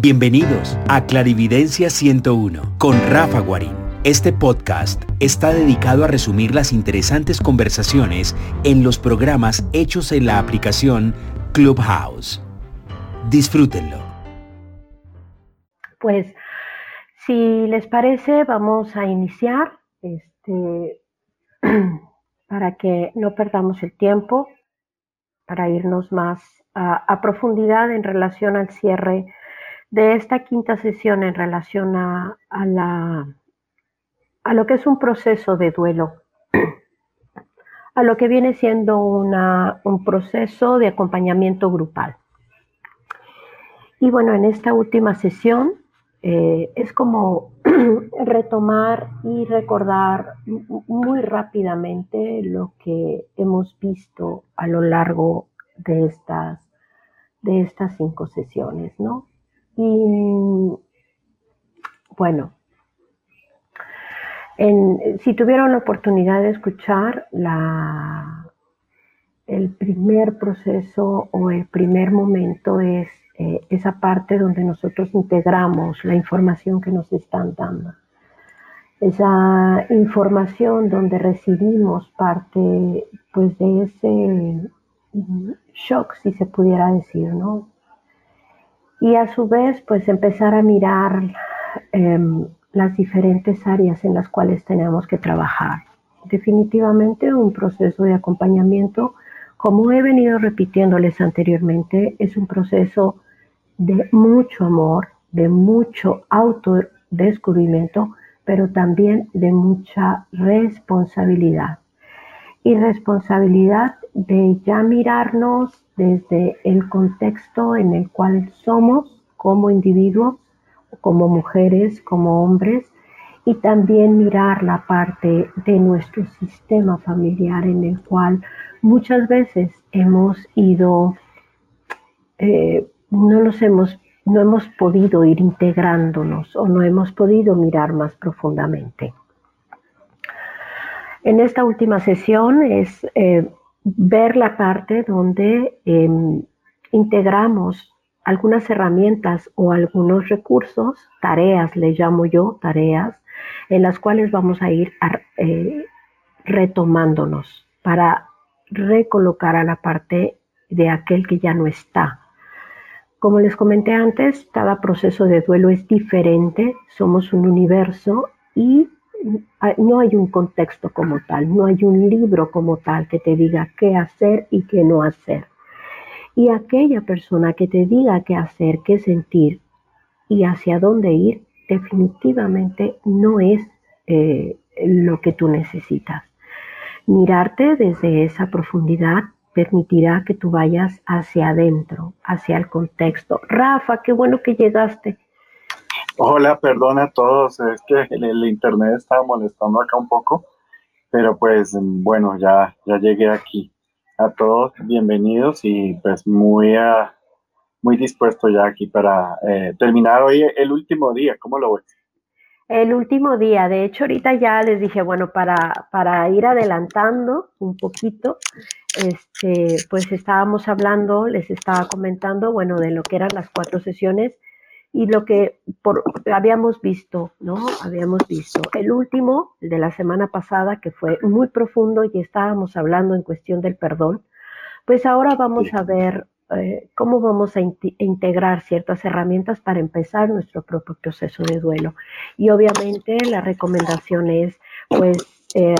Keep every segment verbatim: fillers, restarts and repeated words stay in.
Bienvenidos a Clarividencia ciento uno con Rafa Guarín. Este podcast está dedicado a resumir las interesantes conversaciones en los programas hechos en la aplicación Clubhouse. Disfrútenlo. Pues, si les parece, vamos a iniciar este, para que no perdamos el tiempo, para irnos más a, a profundidad en relación al cierre de esta quinta sesión en relación a, a, la, a lo que es un proceso de duelo, a lo que viene siendo una, un proceso de acompañamiento grupal. Y bueno, en esta última sesión eh, es como retomar y recordar muy rápidamente lo que hemos visto a lo largo de estas, de estas cinco sesiones, ¿no? Y bueno, en, si tuvieron la oportunidad de escuchar la, el primer proceso o el primer momento es eh, esa parte donde nosotros integramos la información que nos están dando. Esa información donde recibimos parte pues de ese shock, si se pudiera decir, ¿no? Y a su vez pues empezar a mirar eh, las diferentes áreas en las cuales tenemos que trabajar. Definitivamente un proceso de acompañamiento, como he venido repitiéndoles anteriormente, es un proceso de mucho amor, de mucho autodescubrimiento, pero también de mucha responsabilidad. Y responsabilidad de ya mirarnos desde el contexto en el cual somos como individuos, como mujeres, como hombres, y también mirar la parte de nuestro sistema familiar en el cual muchas veces hemos ido, eh, no nos hemos, no hemos podido ir integrándonos o no hemos podido mirar más profundamente. En esta última sesión es eh, ver la parte donde eh, integramos algunas herramientas o algunos recursos, tareas, le llamo yo, tareas, en las cuales vamos a ir a, eh, retomándonos para recolocar a la parte de aquel que ya no está. Como les comenté antes, cada proceso de duelo es diferente, somos un universo y no hay un contexto como tal, no hay un libro como tal que te diga qué hacer y qué no hacer. Y aquella persona que te diga qué hacer, qué sentir y hacia dónde ir, definitivamente no es eh, lo que tú necesitas. Mirarte desde esa profundidad permitirá que tú vayas hacia adentro, hacia el contexto. Rafa, qué bueno que llegaste. Hola, perdón a todos, es que el, el internet estaba molestando acá un poco, pero pues bueno, ya, ya llegué aquí. A todos, bienvenidos y pues muy, uh, muy dispuesto ya aquí para eh, terminar hoy el último día. ¿Cómo lo ves? El último día, de hecho ahorita ya les dije, bueno, para, para ir adelantando un poquito, este, pues estábamos hablando, les estaba comentando, bueno, de lo que eran las cuatro sesiones y lo que por, habíamos visto, ¿no? Habíamos visto el último, el de la semana pasada, que fue muy profundo y estábamos hablando en cuestión del perdón, pues ahora vamos sí. a ver eh, cómo vamos a in- integrar ciertas herramientas para empezar nuestro propio proceso de duelo. Y obviamente la recomendación es, pues, eh,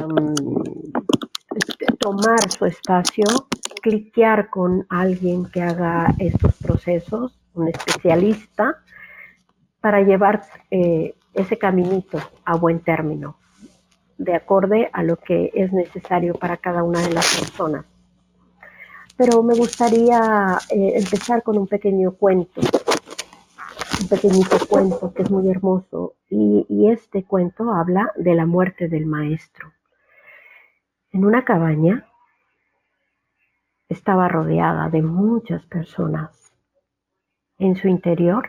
tomar su espacio, cliquear con alguien que haga estos procesos, un especialista, para llevar eh, ese caminito a buen término, de acorde a lo que es necesario para cada una de las personas. Pero me gustaría eh, empezar con un pequeño cuento, un pequeñito cuento que es muy hermoso, y, y este cuento habla de la muerte del maestro. En una cabaña estaba rodeada de muchas personas. En su interior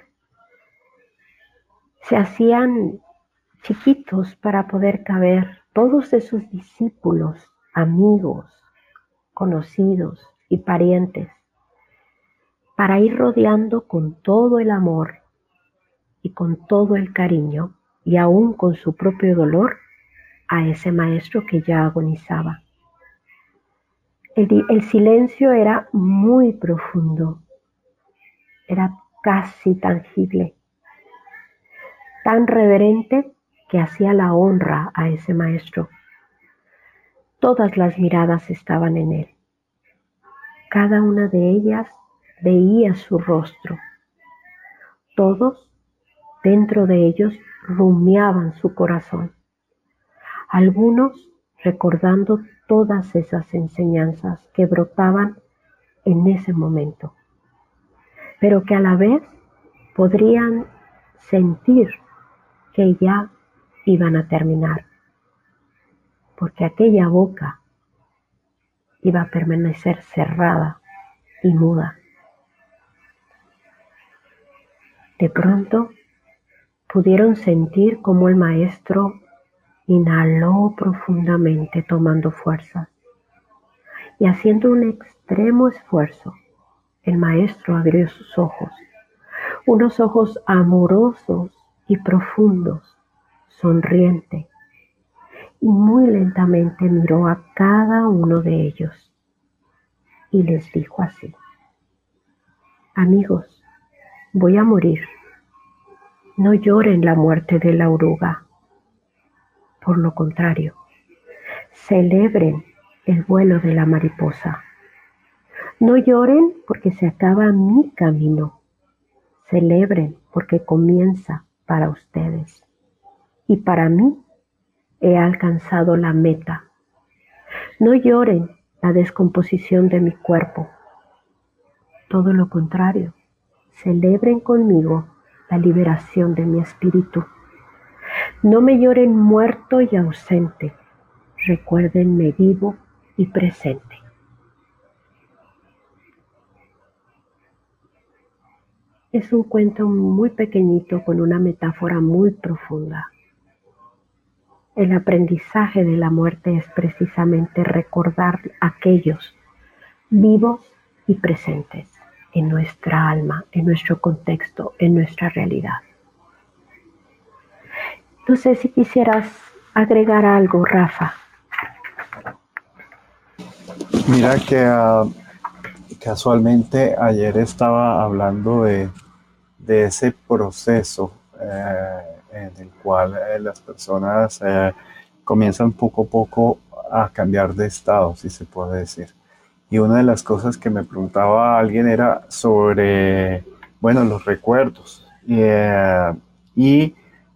se hacían chiquitos para poder caber todos de sus discípulos, amigos, conocidos y parientes, para ir rodeando con todo el amor y con todo el cariño y aún con su propio dolor a ese maestro que ya agonizaba. El, el silencio era muy profundo, era casi tangible, tan reverente que hacía la honra a ese maestro. Todas las miradas estaban en él. Cada una de ellas veía su rostro. Todos, dentro de ellos, rumiaban su corazón. Algunos recordando todas esas enseñanzas que brotaban en ese momento, pero que a la vez podrían sentir que ya iban a terminar, porque aquella boca iba a permanecer cerrada y muda. De pronto pudieron sentir cómo el maestro inhaló profundamente tomando fuerza y haciendo un extremo esfuerzo, el maestro abrió sus ojos, unos ojos amorosos y profundos, sonriente, y muy lentamente miró a cada uno de ellos y les dijo así: amigos, voy a morir. No lloren la muerte de la oruga. Por lo contrario, celebren el vuelo de la mariposa. No lloren porque se acaba mi camino. Celebren porque comienza para ustedes. Y para mí he alcanzado la meta. No lloren la descomposición de mi cuerpo. Todo lo contrario, celebren conmigo la liberación de mi espíritu. No me lloren muerto y ausente. Recuérdenme vivo y presente. Es un cuento muy pequeñito con una metáfora muy profunda. El aprendizaje de la muerte es precisamente recordar a aquellos vivos y presentes en nuestra alma, en nuestro contexto, en nuestra realidad. No sé si quisieras agregar algo, Rafa. Mira que uh, casualmente ayer estaba hablando de, de ese proceso eh, en el cual eh, las personas eh, comienzan poco a poco a cambiar de estado, si se puede decir. Y una de las cosas que me preguntaba alguien era sobre, bueno, los recuerdos eh, y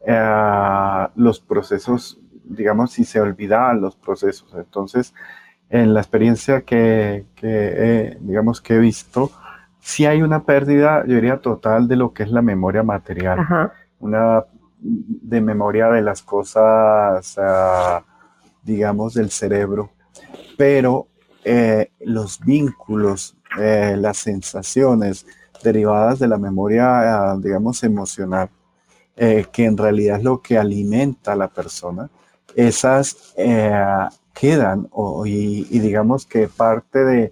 eh, los procesos, digamos, si se olvidaban los procesos. Entonces, en la experiencia que, que eh, digamos, que he visto, sí hay una pérdida, yo diría, total de lo que es la memoria material. Ajá. Una de memoria de las cosas, uh, digamos, del cerebro. Pero eh, los vínculos, eh, las sensaciones derivadas de la memoria, uh, digamos, emocional, eh, que en realidad es lo que alimenta a la persona, esas eh, quedan o, y, y digamos que parte de,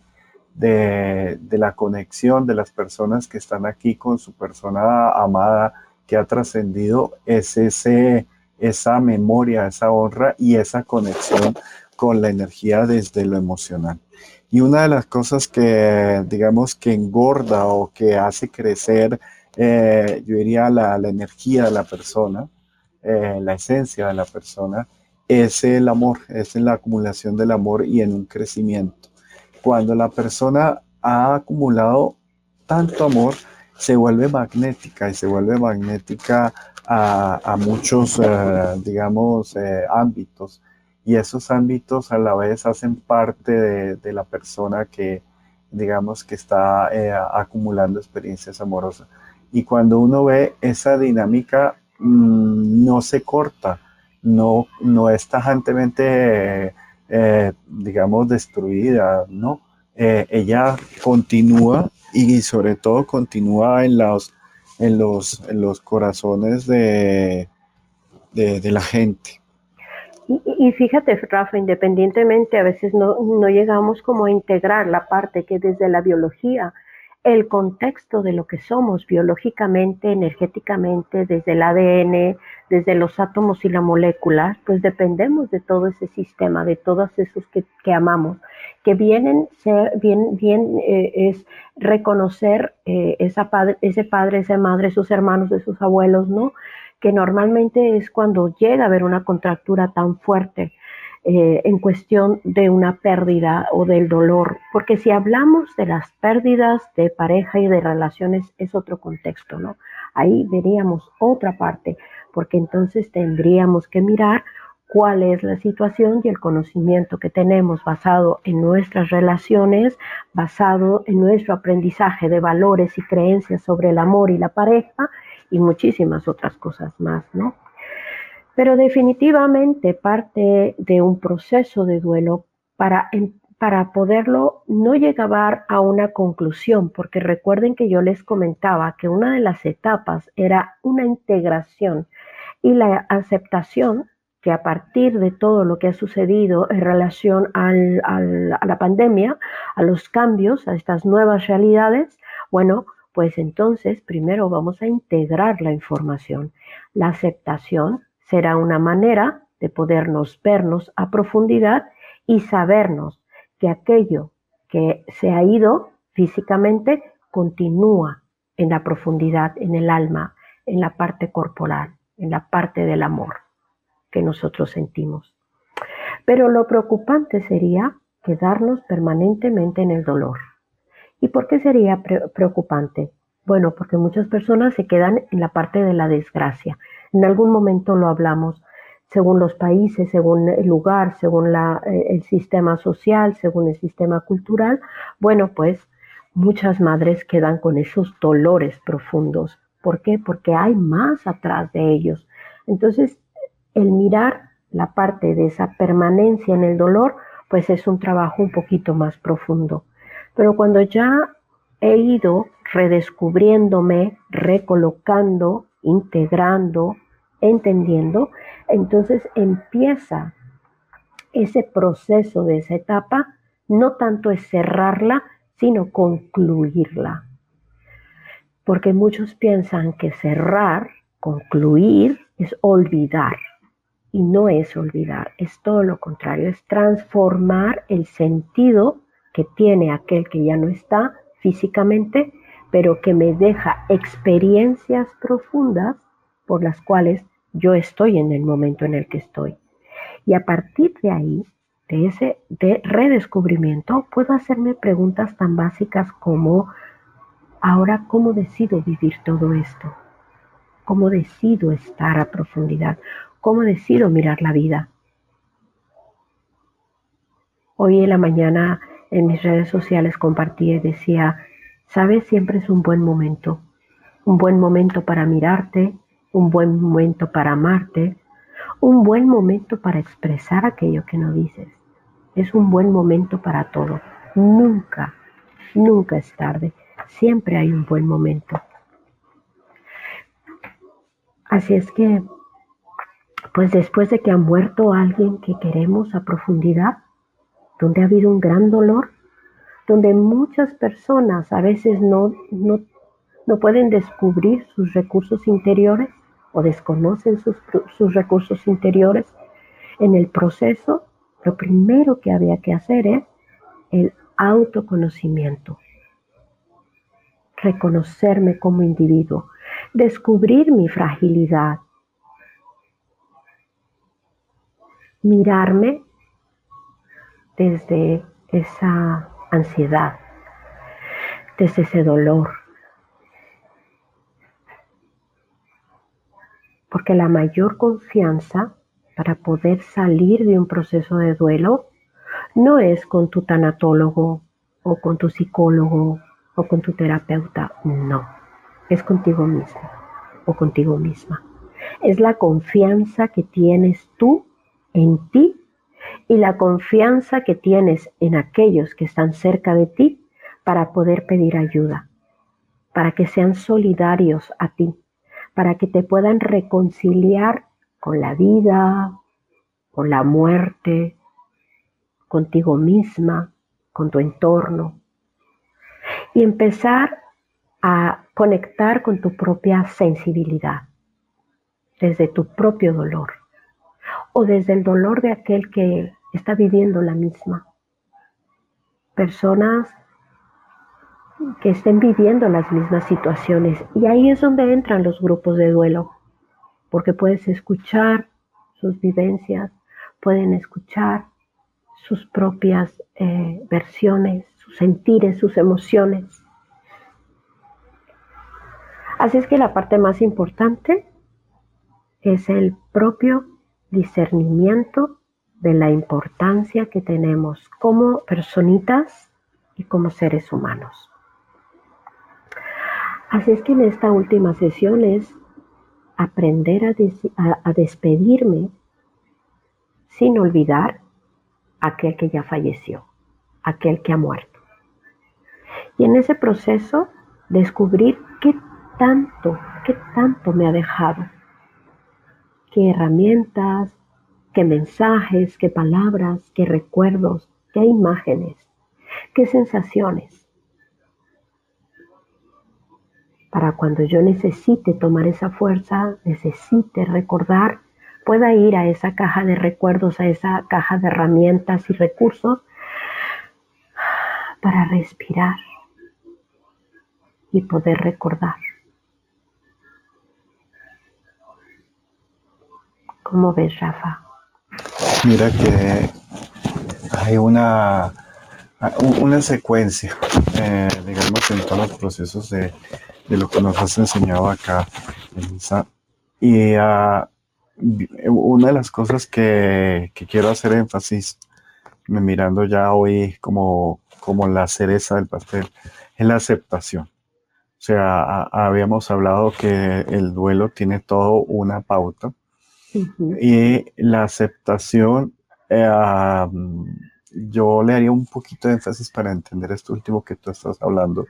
de, de la conexión de las personas que están aquí con su persona amada que ha trascendido es ese, esa memoria, esa honra y esa conexión con la energía desde lo emocional. Y una de las cosas que, digamos, que engorda o que hace crecer, eh, yo diría, la, la energía de la persona, eh, la esencia de la persona, es el amor, es en la acumulación del amor y en un crecimiento. Cuando la persona ha acumulado tanto amor, se vuelve magnética y se vuelve magnética a, a muchos, eh, digamos, eh, ámbitos. Y esos ámbitos a la vez hacen parte de, de la persona que, digamos, que está eh, acumulando experiencias amorosas. Y cuando uno ve esa dinámica, mmm, no se corta, no, no es tajantemente, eh, eh, digamos, destruida, ¿no? Eh, ella continúa y sobre todo continúa en los, en los, en los corazones de, de, de la gente. Y, y fíjate, Rafa, independientemente, a veces no, no llegamos como a integrar la parte que desde la biología el contexto de lo que somos biológicamente, energéticamente, desde el A D N, desde los átomos y la molécula, pues dependemos de todo ese sistema, de todos esos que, que amamos, que vienen ser, bien, bien eh, es reconocer eh, esa padre, ese padre, esa madre, sus hermanos, de sus abuelos, ¿no? Que normalmente es cuando llega a haber una contractura tan fuerte eh, en cuestión de una pérdida o del dolor, porque si hablamos de las pérdidas de pareja y de relaciones es otro contexto, ¿no? Ahí veríamos otra parte, porque entonces tendríamos que mirar cuál es la situación y el conocimiento que tenemos basado en nuestras relaciones, basado en nuestro aprendizaje de valores y creencias sobre el amor y la pareja y muchísimas otras cosas más, ¿no? Pero definitivamente parte de un proceso de duelo para, para poderlo no llegar a una conclusión, porque recuerden que yo les comentaba que una de las etapas era una integración y la aceptación que a partir de todo lo que ha sucedido en relación al, al, a la pandemia, a los cambios, a estas nuevas realidades, bueno, pues entonces primero vamos a integrar la información. La aceptación será una manera de podernos vernos a profundidad y sabernos que aquello que se ha ido físicamente continúa en la profundidad, en el alma, en la parte corporal, en la parte del amor que nosotros sentimos. Pero lo preocupante sería quedarnos permanentemente en el dolor. ¿Y por qué sería pre- preocupante? Bueno, porque muchas personas se quedan en la parte de la desgracia. En algún momento lo hablamos, según los países, según el lugar, según la, eh, el sistema social, según el sistema cultural. Bueno, pues muchas madres quedan con esos dolores profundos. ¿Por qué? Porque hay más atrás de ellos. Entonces, el mirar la parte de esa permanencia en el dolor, pues es un trabajo un poquito más profundo. Pero cuando ya he ido redescubriéndome, recolocando, integrando, entendiendo, entonces empieza ese proceso de esa etapa, no tanto es cerrarla, sino concluirla. Porque muchos piensan que cerrar, concluir, es olvidar. Y no es olvidar, es todo lo contrario, es transformar el sentido que tiene aquel que ya no está físicamente, pero que me deja experiencias profundas por las cuales yo estoy en el momento en el que estoy. Y a partir de ahí, de ese de redescubrimiento, puedo hacerme preguntas tan básicas como, ahora, ¿cómo decido vivir todo esto? ¿Cómo decido estar a profundidad? ¿Cómo decido mirar la vida? Hoy en la mañana en mis redes sociales compartí y decía, ¿sabes? Siempre es un buen momento. Un buen momento para mirarte, un buen momento para amarte, un buen momento para expresar aquello que no dices. Es un buen momento para todo. Nunca, nunca es tarde. Siempre hay un buen momento. Así es que, pues después de que ha muerto alguien que queremos a profundidad, donde ha habido un gran dolor, donde muchas personas a veces no, no, no pueden descubrir sus recursos interiores o desconocen sus, sus recursos interiores, en el proceso, lo primero que había que hacer es el autoconocimiento, reconocerme como individuo, descubrir mi fragilidad, mirarme desde esa ansiedad, desde ese dolor. Porque la mayor confianza para poder salir de un proceso de duelo no es con tu tanatólogo o con tu psicólogo o con tu terapeuta, no, es contigo mismo o contigo misma. Es la confianza que tienes tú en ti y la confianza que tienes en aquellos que están cerca de ti para poder pedir ayuda, para que sean solidarios a ti, para que te puedan reconciliar con la vida, con la muerte, contigo misma, con tu entorno. y empezar a conectar con tu propia sensibilidad, desde tu propio dolor o desde el dolor de aquel que está viviendo la misma. Personas que estén viviendo las mismas situaciones, y ahí es donde entran los grupos de duelo, porque puedes escuchar sus vivencias, pueden escuchar sus propias eh, versiones, sus sentires, sus emociones. Así es que la parte más importante es el propio discernimiento de la importancia que tenemos como personitas y como seres humanos. Así es que en esta última sesión es aprender a, des- a, a despedirme sin olvidar a aquel que ya falleció, aquel que ha muerto. Y en ese proceso descubrir qué tanto, qué tanto me ha dejado, qué herramientas, qué mensajes, qué palabras, qué recuerdos, qué imágenes, qué sensaciones, para cuando yo necesite tomar esa fuerza, necesite recordar, pueda ir a esa caja de recuerdos, a esa caja de herramientas y recursos para respirar y poder recordar. ¿Cómo ves, Rafa? Mira que hay una, una secuencia, eh, digamos, en todos los procesos de, de lo que nos has enseñado acá, Elisa. Y uh, una de las cosas que, que quiero hacer énfasis, me mirando ya hoy como, como la cereza del pastel, es la aceptación. O sea, a, habíamos hablado que el duelo tiene todo una pauta. Uh-huh. Y la aceptación, eh, yo le haría un poquito de énfasis para entender esto último que tú estás hablando,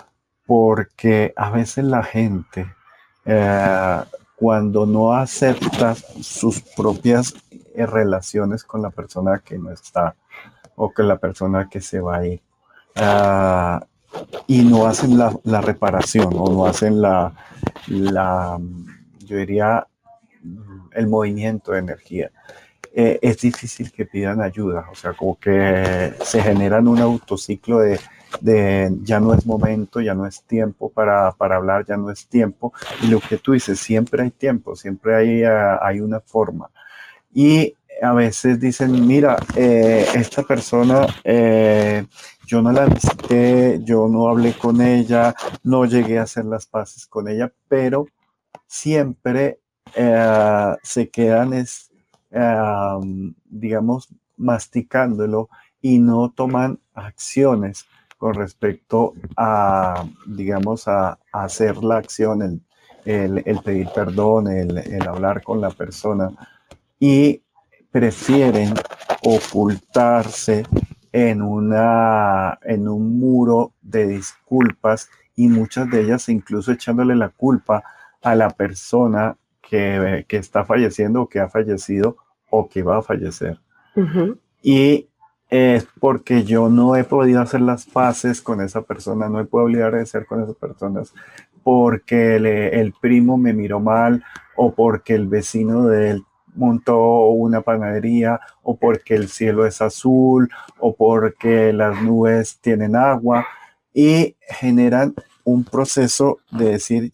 porque a veces la gente, eh, cuando no acepta sus propias relaciones con la persona que no está o con la persona que se va a ir, uh, y no hacen la, la reparación o no hacen la, la, yo diría, el movimiento de energía, eh, es difícil que pidan ayuda. O sea, como que se generan un autociclo de, de ya no es momento, ya no es tiempo para, para hablar, ya no es tiempo. Y lo que tú dices, siempre hay tiempo, siempre hay, uh, hay una forma. Y a veces dicen, mira, eh, esta persona, eh, yo no la visité, yo no hablé con ella, no llegué a hacer las paces con ella, pero siempre eh, se quedan, es, eh, digamos, masticándolo y no toman acciones con respecto a, digamos, a, a hacer la acción, el, el, el pedir perdón, el, el hablar con la persona, y prefieren ocultarse en, una, en un muro de disculpas, y muchas de ellas incluso echándole la culpa a la persona que, que está falleciendo o que ha fallecido o que va a fallecer. Uh-huh. Y es porque yo no he podido hacer las paces con esa persona, no he podido hacer con esas personas porque le, el primo me miró mal, o porque el vecino de él montó una panadería, o porque el cielo es azul, o porque las nubes tienen agua, y generan un proceso de decir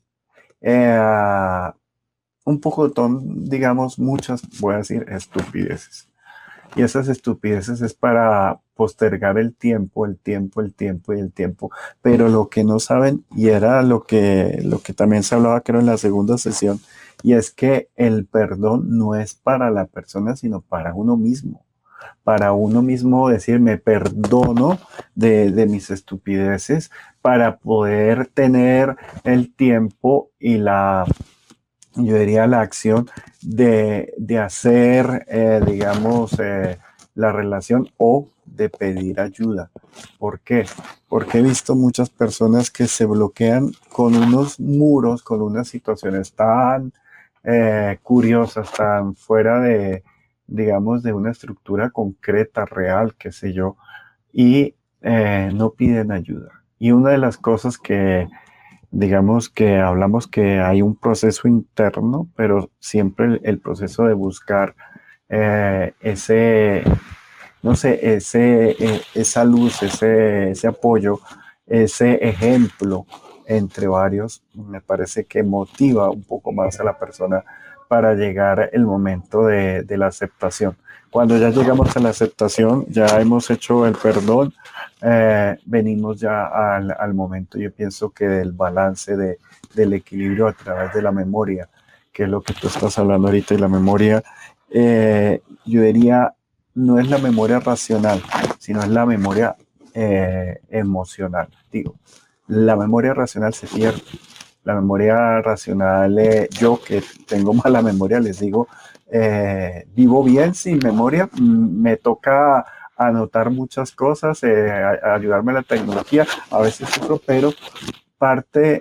eh, un poco, digamos, muchas, voy a decir, estupideces. Y esas estupideces es para postergar el tiempo, el tiempo, el tiempo y el tiempo. Pero lo que no saben, y era lo que, lo que también se hablaba, creo, en la segunda sesión, y es que el perdón no es para la persona, sino para uno mismo. Para uno mismo decir, me perdono de, de mis estupideces, para poder tener el tiempo y la, yo diría, la acción de, de hacer, eh, digamos, eh, la relación, o de pedir ayuda. ¿Por qué? Porque he visto muchas personas que se bloquean con unos muros, con unas situaciones tan eh, curiosas, tan fuera de, digamos, de una estructura concreta, real, qué sé yo, y eh, no piden ayuda. Y una de las cosas que, digamos que hablamos que hay un proceso interno, pero siempre el, el proceso de buscar eh, ese, no sé, ese, eh, esa luz, ese, ese apoyo, ese ejemplo entre varios, me parece que motiva un poco más a la persona para llegar el momento de, de la aceptación. Cuando ya llegamos a la aceptación, ya hemos hecho el perdón, eh, venimos ya al, al momento, yo pienso que del balance, de, del equilibrio a través de la memoria, que es lo que tú estás hablando ahorita, y la memoria, eh, yo diría, no es la memoria racional, sino es la memoria eh, emocional. Digo, la memoria racional se pierde. La memoria racional, eh, yo que tengo mala memoria, les digo, eh, vivo bien sin memoria, me toca anotar muchas cosas, eh, a, a ayudarme a la tecnología, a veces sufro, pero parte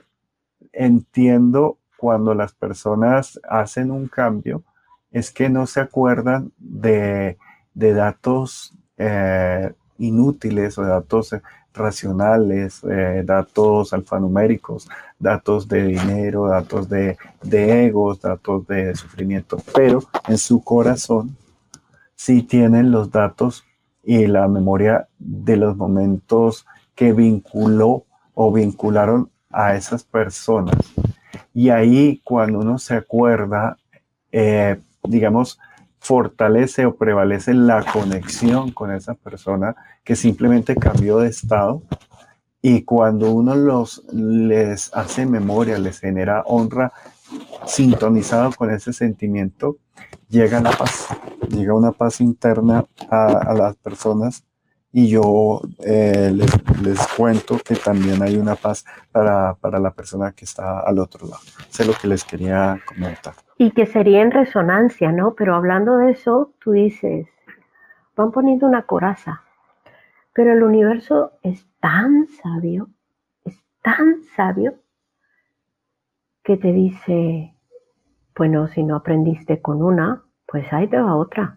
entiendo cuando las personas hacen un cambio, es que no se acuerdan de, de datos eh, inútiles o datos racionales, eh, datos alfanuméricos, datos de dinero, datos de, de egos, datos de sufrimiento, pero en su corazón sí tienen los datos y la memoria de los momentos que vinculó o vincularon a esas personas. Y ahí cuando uno se acuerda, eh, digamos, fortalece o prevalece la conexión con esa persona que simplemente cambió de estado. Y cuando uno los, les hace memoria, les genera honra, sintonizado con ese sentimiento, llega la paz, llega una paz interna a, a las personas. Y yo eh, les, les cuento que también hay una paz para, para la persona que está al otro lado. Eso es lo que les quería comentar. Y que sería en resonancia, ¿no? Pero hablando de eso, tú dices, van poniendo una coraza, pero el universo es tan sabio, es tan sabio, que te dice, bueno, si no aprendiste con una, pues ahí te va otra.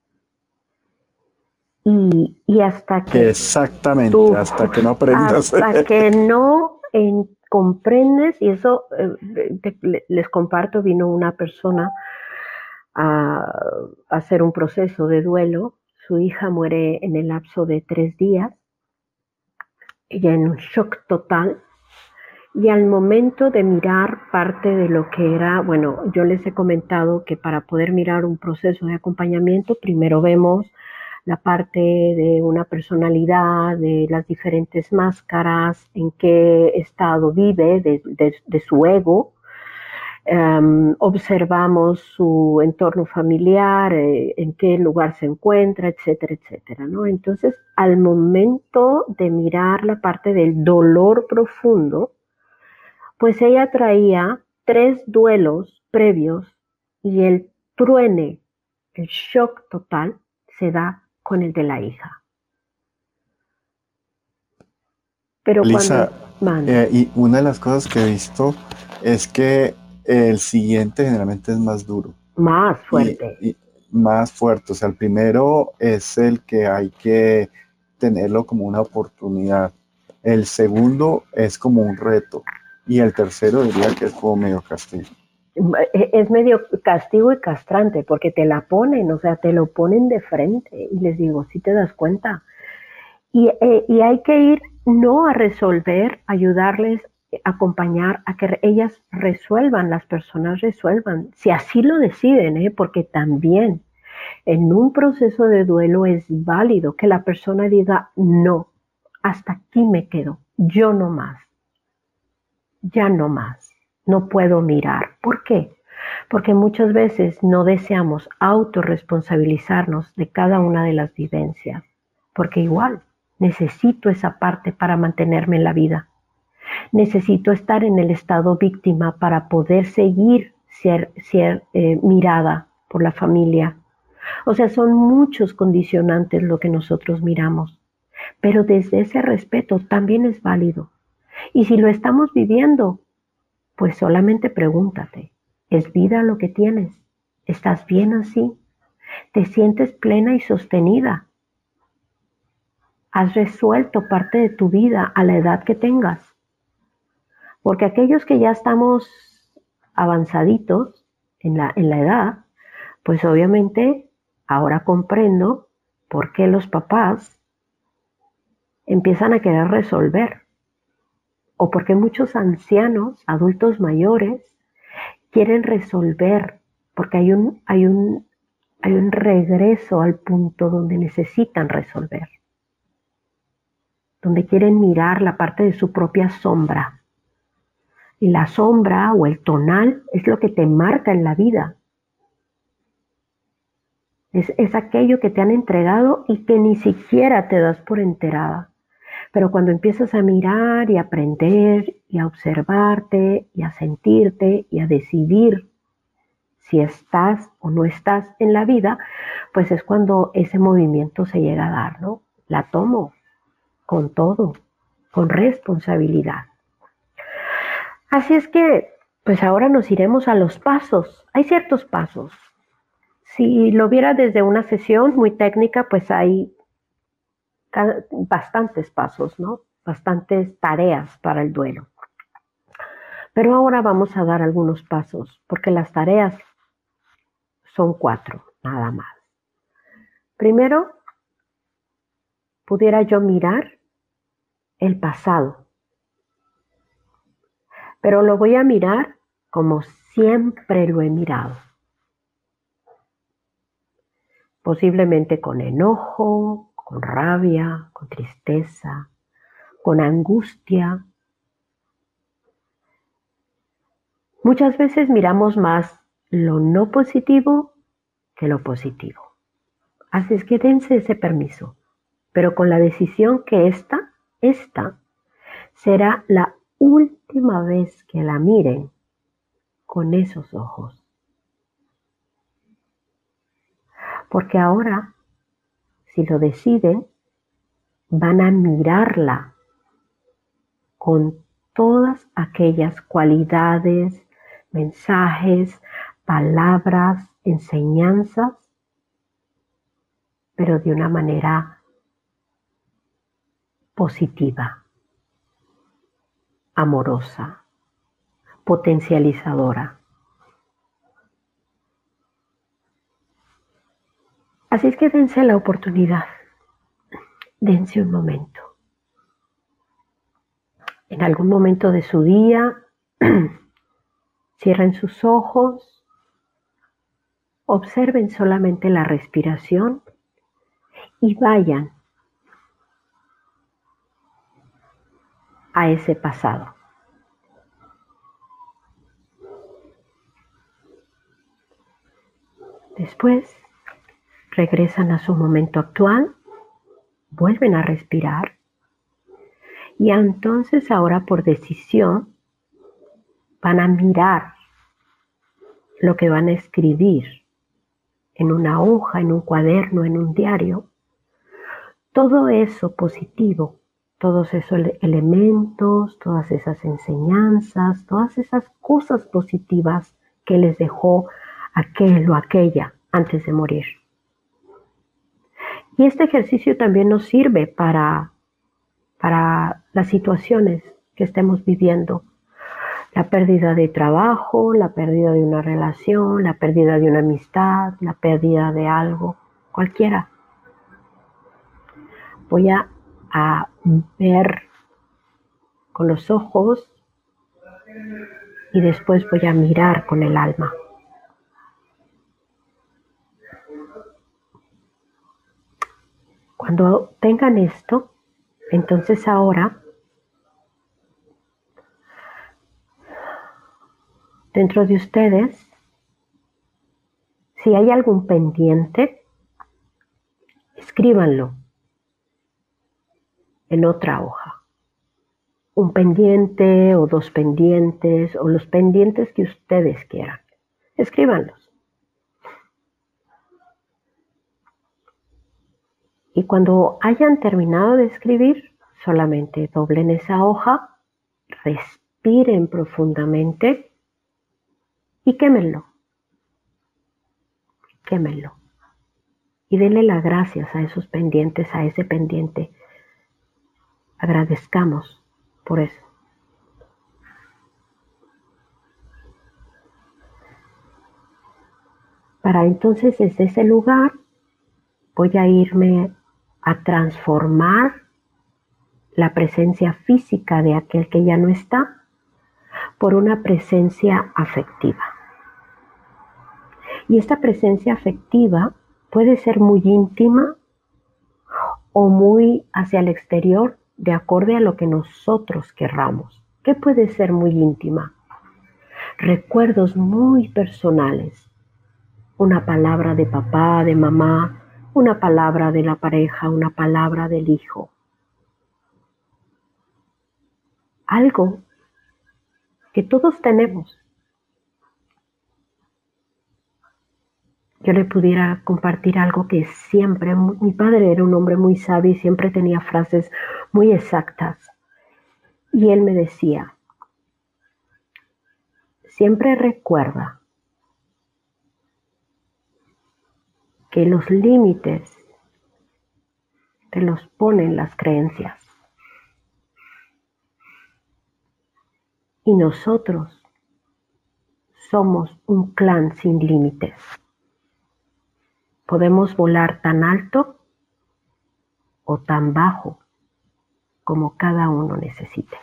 Y, y hasta que Exactamente, tú, hasta que no aprendas. hasta que no en, comprendes, y eso eh, te, les comparto, vino una persona a, a hacer un proceso de duelo, su hija muere en el lapso de tres días, ella en un shock total, y al momento de mirar parte de lo que era, bueno, yo les he comentado que para poder mirar un proceso de acompañamiento, primero vemos la parte de una personalidad, de las diferentes máscaras, en qué estado vive, de, de, de su ego. Um, observamos su entorno familiar, eh, en qué lugar se encuentra, etcétera, etcétera, ¿no? Entonces, al momento de mirar la parte del dolor profundo, pues ella traía tres duelos previos y el truene, el shock total, se da con el de la hija. Pero Lisa, cuando... eh, y una de las cosas que he visto es que el siguiente generalmente es más duro. Más Y, fuerte. y más fuerte. O sea, el primero es el que hay que tenerlo como una oportunidad. El segundo es como un reto. Y el tercero diría que es como medio castigo. Es medio castigo y castrante porque te la ponen, o sea, te lo ponen de frente y les digo, si te das cuenta. Y, eh, y hay que ir no a resolver, ayudarles, acompañar a que ellas resuelvan, las personas resuelvan, si así lo deciden, ¿eh? Porque también en un proceso de duelo es válido que la persona diga, no, hasta aquí me quedo, yo no más, ya no más, no puedo mirar. ¿Por qué? Porque muchas veces no deseamos autorresponsabilizarnos de cada una de las vivencias, porque igual necesito esa parte para mantenerme en la vida. Necesito estar en el estado víctima para poder seguir ser, ser eh, mirada por la familia. O sea, son muchos condicionantes lo que nosotros miramos, pero desde ese respeto también es válido. Y si lo estamos viviendo, pues solamente pregúntate, ¿es vida lo que tienes? ¿Estás bien así? ¿Te sientes plena y sostenida? has resuelto parte de tu vida a la edad que tengas. Porque aquellos que ya estamos avanzaditos en la, en la edad, pues obviamente ahora comprendo por qué los papás empiezan a querer resolver. O por qué muchos ancianos, adultos mayores, quieren resolver. Porque hay un, hay un, hay un regreso al punto donde necesitan resolver. Donde quieren mirar la parte de su propia sombra. Y la sombra o el tonal es lo que te marca en la vida. Es, es aquello que te han entregado y que ni siquiera te das por enterada. Pero cuando empiezas a mirar y a aprender y a observarte y a sentirte y a decidir si estás o no estás en la vida, pues es cuando ese movimiento se llega a dar, ¿no? La tomo con todo, con responsabilidad. Así es que, pues ahora nos iremos a los pasos. Hay ciertos pasos. Si lo viera desde una sesión muy técnica, pues hay bastantes pasos, ¿no? Bastantes tareas para el duelo. Pero ahora vamos a dar algunos pasos, porque las tareas son cuatro, nada más. Primero, pudiera yo mirar el pasado, pero lo voy a mirar como siempre lo he mirado. Posiblemente con enojo, con rabia, con tristeza, con angustia. Muchas veces miramos más lo no positivo que lo positivo. Así es que dense ese permiso, pero con la decisión que esta, esta será la última vez que la miren con esos ojos. Porque ahora, si lo deciden, van a mirarla con todas aquellas cualidades, mensajes, palabras, enseñanzas, pero de una manera positiva, amorosa, potencializadora. Así es que dense la oportunidad, dense un momento. En algún momento de su día, cierren sus ojos, observen solamente la respiración y vayan a ese pasado. Después regresan a su momento actual, vuelven a respirar y entonces ahora por decisión van a mirar lo que van a escribir en una hoja, en un cuaderno, en un diario. Todo eso positivo, todos esos elementos, todas esas enseñanzas, todas esas cosas positivas que les dejó aquel o aquella antes de morir. Y este ejercicio también nos sirve para, para las situaciones que estemos viviendo. La pérdida de trabajo, la pérdida de una relación, la pérdida de una amistad, la pérdida de algo, cualquiera. Voy a, a ver con los ojos y después voy a mirar con el alma. Cuando tengan esto, entonces ahora, dentro de ustedes, si hay algún pendiente, escríbanlo en otra hoja. Un pendiente o dos pendientes o los pendientes que ustedes quieran. Escríbanlos. Y cuando hayan terminado de escribir, solamente doblen esa hoja, respiren profundamente y quémenlo. Quémenlo. Y denle las gracias a esos pendientes, a ese pendiente, Agradezcamos por eso. Para entonces desde ese lugar voy a irme a transformar la presencia física de aquel que ya no está por una presencia afectiva. Y esta presencia afectiva puede ser muy íntima o muy hacia el exterior, de acuerdo a lo que nosotros querramos. ¿Qué puede ser muy íntima? Recuerdos muy personales. Una palabra de papá, de mamá, una palabra de la pareja, una palabra del hijo. Algo que todos tenemos. Yo le pudiera compartir algo que siempre, mi padre era un hombre muy sabio y siempre tenía frases muy exactas. Y él me decía, siempre recuerda que los límites te los ponen las creencias. Y nosotros somos un clan sin límites. Podemos volar tan alto o tan bajo como cada uno necesite.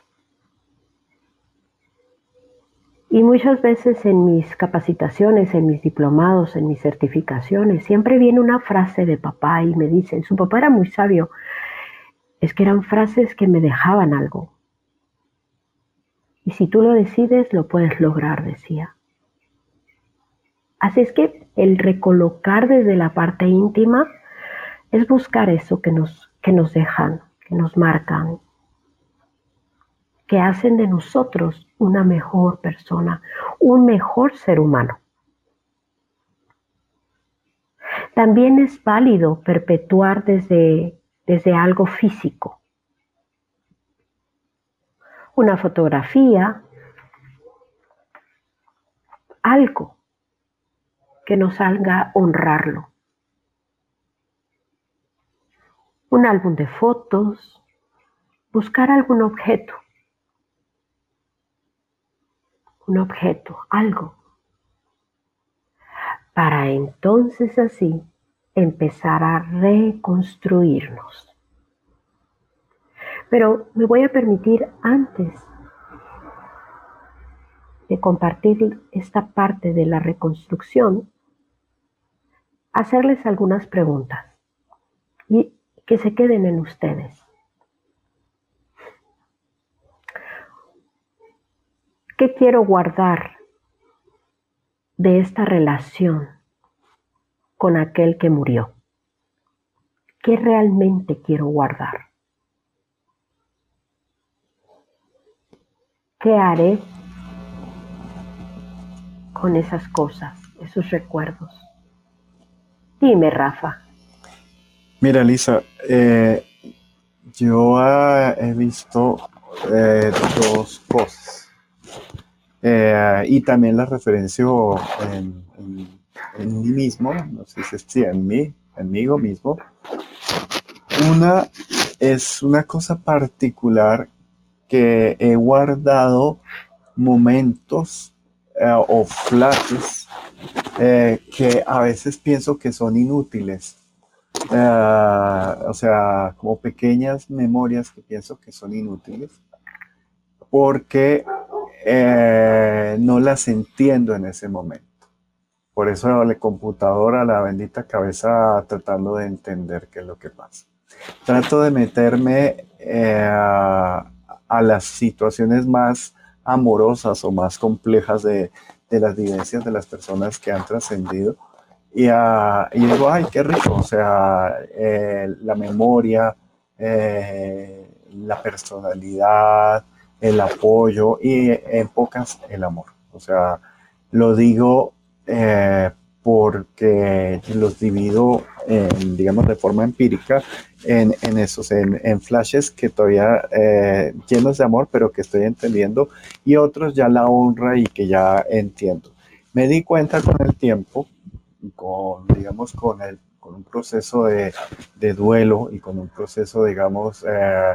Y muchas veces en mis capacitaciones, en mis diplomados, en mis certificaciones, siempre viene una frase de papá y me dicen, su papá era muy sabio, es que eran frases que me dejaban algo. Y si tú lo decides, lo puedes lograr, decía. Así es que el recolocar desde la parte íntima es buscar eso que nos, que nos dejan, que nos marcan, que hacen de nosotros una mejor persona, un mejor ser humano. También es válido perpetuar desde, desde algo físico. Una fotografía, algo que nos haga honrarlo. Un álbum de fotos, buscar algún objeto. Un objeto, algo. Para entonces así empezar a reconstruirnos. Pero me voy a permitir antes de compartir esta parte de la reconstrucción, hacerles algunas preguntas y que se queden en ustedes. ¿Qué quiero guardar de esta relación con aquel que murió? ¿Qué realmente quiero guardar? ¿Qué haré con esas cosas, esos recuerdos? Dime, Rafa. Mira, Lisa, eh, yo uh, he visto eh, dos cosas. Eh, y también las referencio en, en, en mí mismo, no sé si es sí, en mí, conmigo mismo. Una es una cosa particular que he guardado momentos eh, o flashes eh, que a veces pienso que son inútiles. Uh, o sea, como pequeñas memorias que pienso que son inútiles porque eh, no las entiendo en ese momento. Por eso la computadora, la bendita cabeza, tratando de entender qué es lo que pasa. Trato de meterme eh, a las situaciones más amorosas o más complejas de, de las vivencias de las personas que han trascendido. Y, uh, y digo, ay, qué rico, o sea, eh, la memoria, eh, la personalidad, el apoyo y en pocas el amor. O sea, lo digo eh, porque los divido, en, digamos, de forma empírica en, en esos, en, en flashes que todavía eh, llenos de amor, pero que estoy entendiendo, y otros ya la honra y que ya entiendo. Me di cuenta con el tiempo, con, digamos, con, el, con un proceso de, de duelo y con un proceso, digamos, eh,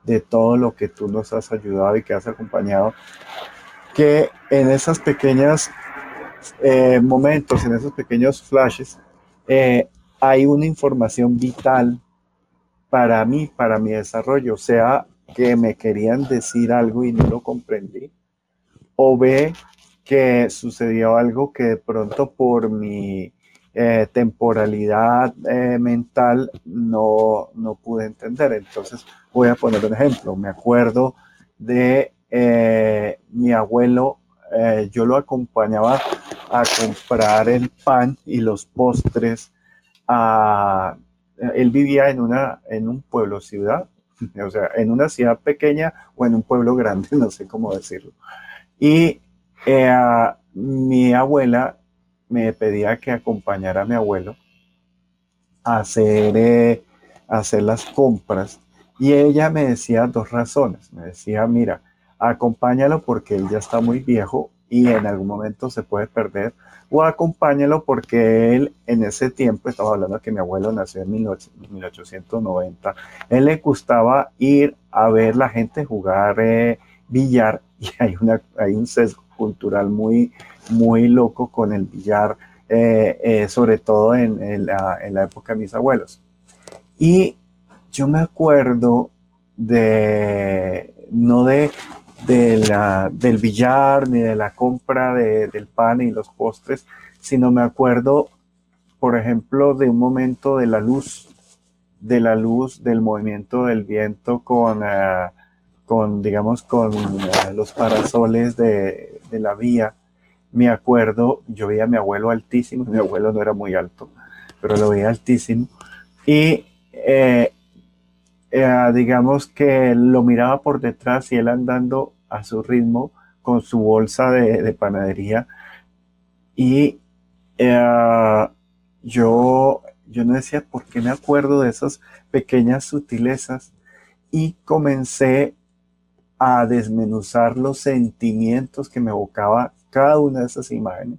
de todo lo que tú nos has ayudado y que has acompañado, que en esas pequeñas eh, momentos, en esos pequeños flashes, eh, hay una información vital para mí, para mi desarrollo, sea que me querían decir algo y no lo comprendí, o ve que sucedió algo que de pronto por mi eh, temporalidad eh, mental no, no pude entender. Entonces voy a poner un ejemplo. Me acuerdo de eh, mi abuelo, eh, yo lo acompañaba a comprar el pan y los postres. A, él vivía en, una, en un pueblo ciudad, o sea, en una ciudad pequeña o en un pueblo grande, no sé cómo decirlo. Y eh, mi abuela me pedía que acompañara a mi abuelo a hacer, eh, a hacer las compras. Y ella me decía dos razones. Me decía, mira, acompáñalo porque él ya está muy viejo y en algún momento se puede perder. O acompáñalo porque él en ese tiempo, estaba hablando que mi abuelo nació en mil ochocientos noventa, él le gustaba ir a ver la gente jugar eh, billar y hay, una, hay un sesgo cultural muy, muy loco con el billar, eh, eh, sobre todo en, en, la, en la época de mis abuelos. Y yo me acuerdo de, no de, de la, del billar ni de la compra de, del pan y los postres, sino me acuerdo, por ejemplo, de un momento de la luz, de la luz, del movimiento del viento con, uh, con digamos, con uh, los parasoles de, de la vía. Me acuerdo, yo veía a mi abuelo altísimo, mi abuelo no era muy alto, pero lo veía altísimo, y eh, eh, digamos que lo miraba por detrás y él andando a su ritmo con su bolsa de, de panadería, y eh, yo, yo no decía por qué me acuerdo de esas pequeñas sutilezas, y comencé a desmenuzar los sentimientos que me evocaba cada una de esas imágenes.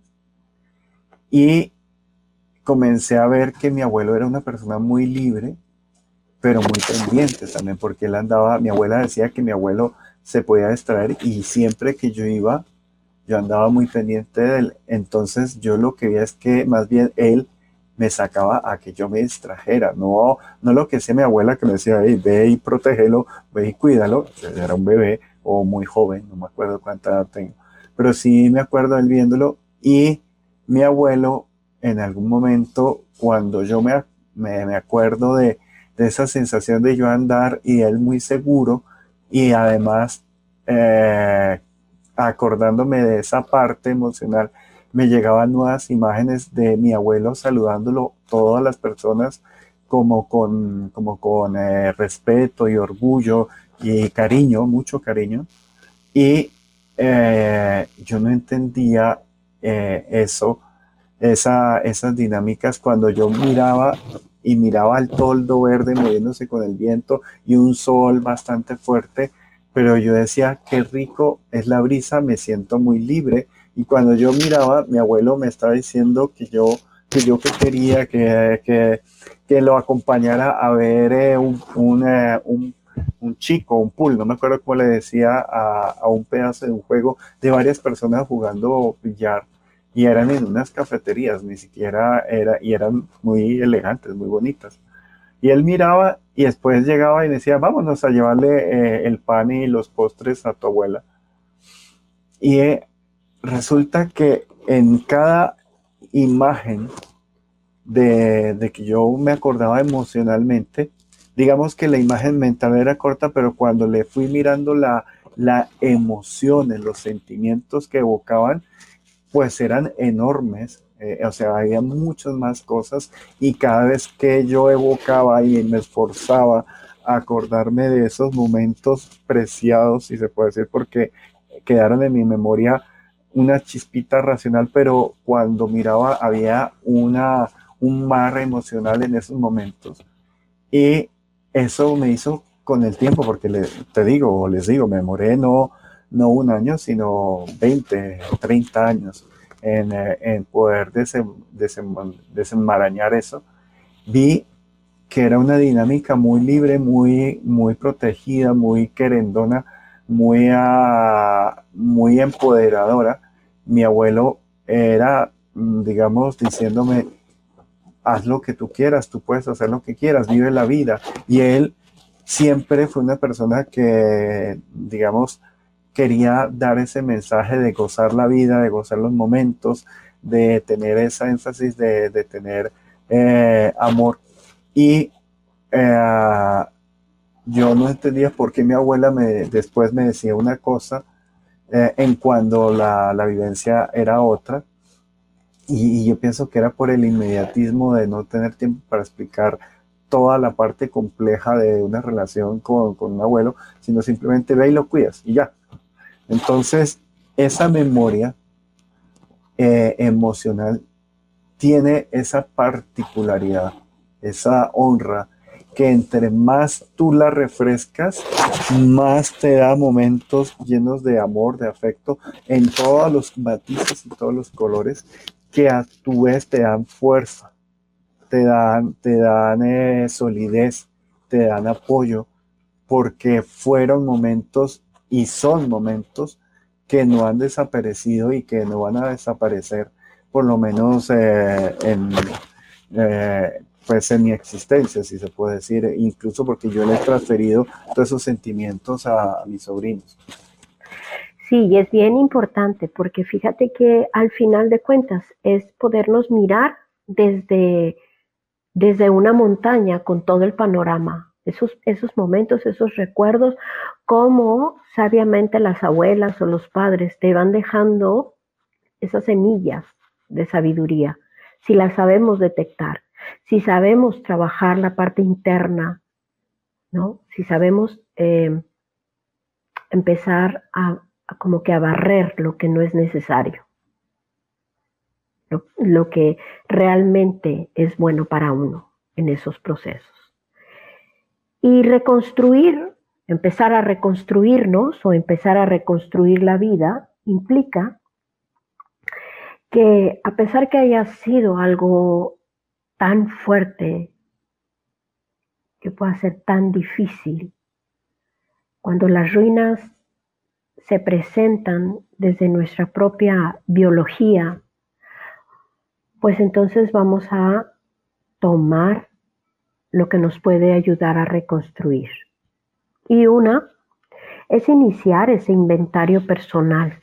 Y comencé a ver que mi abuelo era una persona muy libre, pero muy pendiente también, porque él andaba, mi abuela decía que mi abuelo se podía distraer y siempre que yo iba, yo andaba muy pendiente de él. Entonces yo lo que veía es que más bien él me sacaba a que yo me distrajera, no, no lo que decía mi abuela que me decía, hey, ve y protégelo, ve y cuídalo. Yo era un bebé o muy joven, no me acuerdo cuánta edad tengo, pero sí me acuerdo él viéndolo. Y mi abuelo en algún momento, cuando yo me, me, me acuerdo de, de esa sensación de yo andar y él muy seguro, y además eh, acordándome de esa parte emocional, me llegaban nuevas imágenes de mi abuelo saludándolo todas las personas como con, como con eh, respeto y orgullo y cariño, mucho cariño. Y eh, yo no entendía eh, eso, esa, esas dinámicas cuando yo miraba y miraba al toldo verde moviéndose con el viento y un sol bastante fuerte, pero yo decía, qué rico es la brisa, me siento muy libre. Y cuando yo miraba, mi abuelo me estaba diciendo que yo que yo que quería que, que, que lo acompañara a ver eh, un, un, eh, un, un chico, un pool, no me acuerdo cómo le decía, a, a un pedazo de un juego de varias personas jugando billar, y eran en unas cafeterías, ni siquiera era, y eran muy elegantes, muy bonitas. Y él miraba y después llegaba y decía, vámonos a llevarle eh, el pan y los postres a tu abuela. Y eh, resulta que en cada imagen de, de que yo me acordaba emocionalmente, digamos que la imagen mental era corta, pero cuando le fui mirando la, la emociones, los sentimientos que evocaban, pues eran enormes. Eh, o sea, había muchas más cosas, y cada vez que yo evocaba y me esforzaba a acordarme de esos momentos preciados, si se puede decir, porque quedaron en mi memoria una chispita racional, pero cuando miraba había una, un mar emocional en esos momentos. Y eso me hizo con el tiempo, porque le, te digo, o les digo, me demoré no, no un año, sino veinte, treinta años en, en poder desem, desem, desenmarañar eso. Vi que era una dinámica muy libre, muy, muy protegida, muy querendona, muy, uh, muy empoderadora. Mi abuelo era, digamos, diciéndome, haz lo que tú quieras, tú puedes hacer lo que quieras, vive la vida. Y él siempre fue una persona que, digamos, quería dar ese mensaje de gozar la vida, de gozar los momentos, de tener esa énfasis de, de tener eh, amor. Y eh, yo no entendía por qué mi abuela me, después me decía una cosa eh, en cuando la, la vivencia era otra. Y, y yo pienso que era por el inmediatismo de no tener tiempo para explicar toda la parte compleja de una relación con, con un abuelo, sino simplemente ve y lo cuidas y ya. Entonces, esa memoria eh, emocional tiene esa particularidad, esa honra, que entre más tú la refrescas, más te da momentos llenos de amor, de afecto, en todos los matices y todos los colores, que a tu vez te dan fuerza, te dan, te dan eh, solidez, te dan apoyo, porque fueron momentos y son momentos que no han desaparecido y que no van a desaparecer, por lo menos eh, en, eh, pues en mi existencia, si se puede decir, incluso porque yo le he transferido todos esos sentimientos a, a mis sobrinos. Sí, y es bien importante porque fíjate que al final de cuentas es podernos mirar desde, desde una montaña con todo el panorama, esos, esos momentos, esos recuerdos, como sabiamente las abuelas o los padres te van dejando esas semillas de sabiduría, si las sabemos detectar, si sabemos trabajar la parte interna, ¿no? Si sabemos eh, empezar a, a como que a barrer lo que no es necesario, lo, lo que realmente es bueno para uno en esos procesos. Y reconstruir, empezar a reconstruirnos o empezar a reconstruir la vida implica que a pesar que haya sido algo tan fuerte, que pueda ser tan difícil, cuando las ruinas se presentan desde nuestra propia biología, pues entonces vamos a tomar lo que nos puede ayudar a reconstruir. Y una es iniciar ese inventario personal,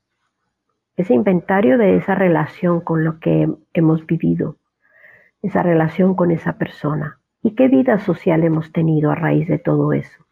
ese inventario de esa relación con lo que hemos vivido, esa relación con esa persona. ¿Y qué vida social hemos tenido a raíz de todo eso?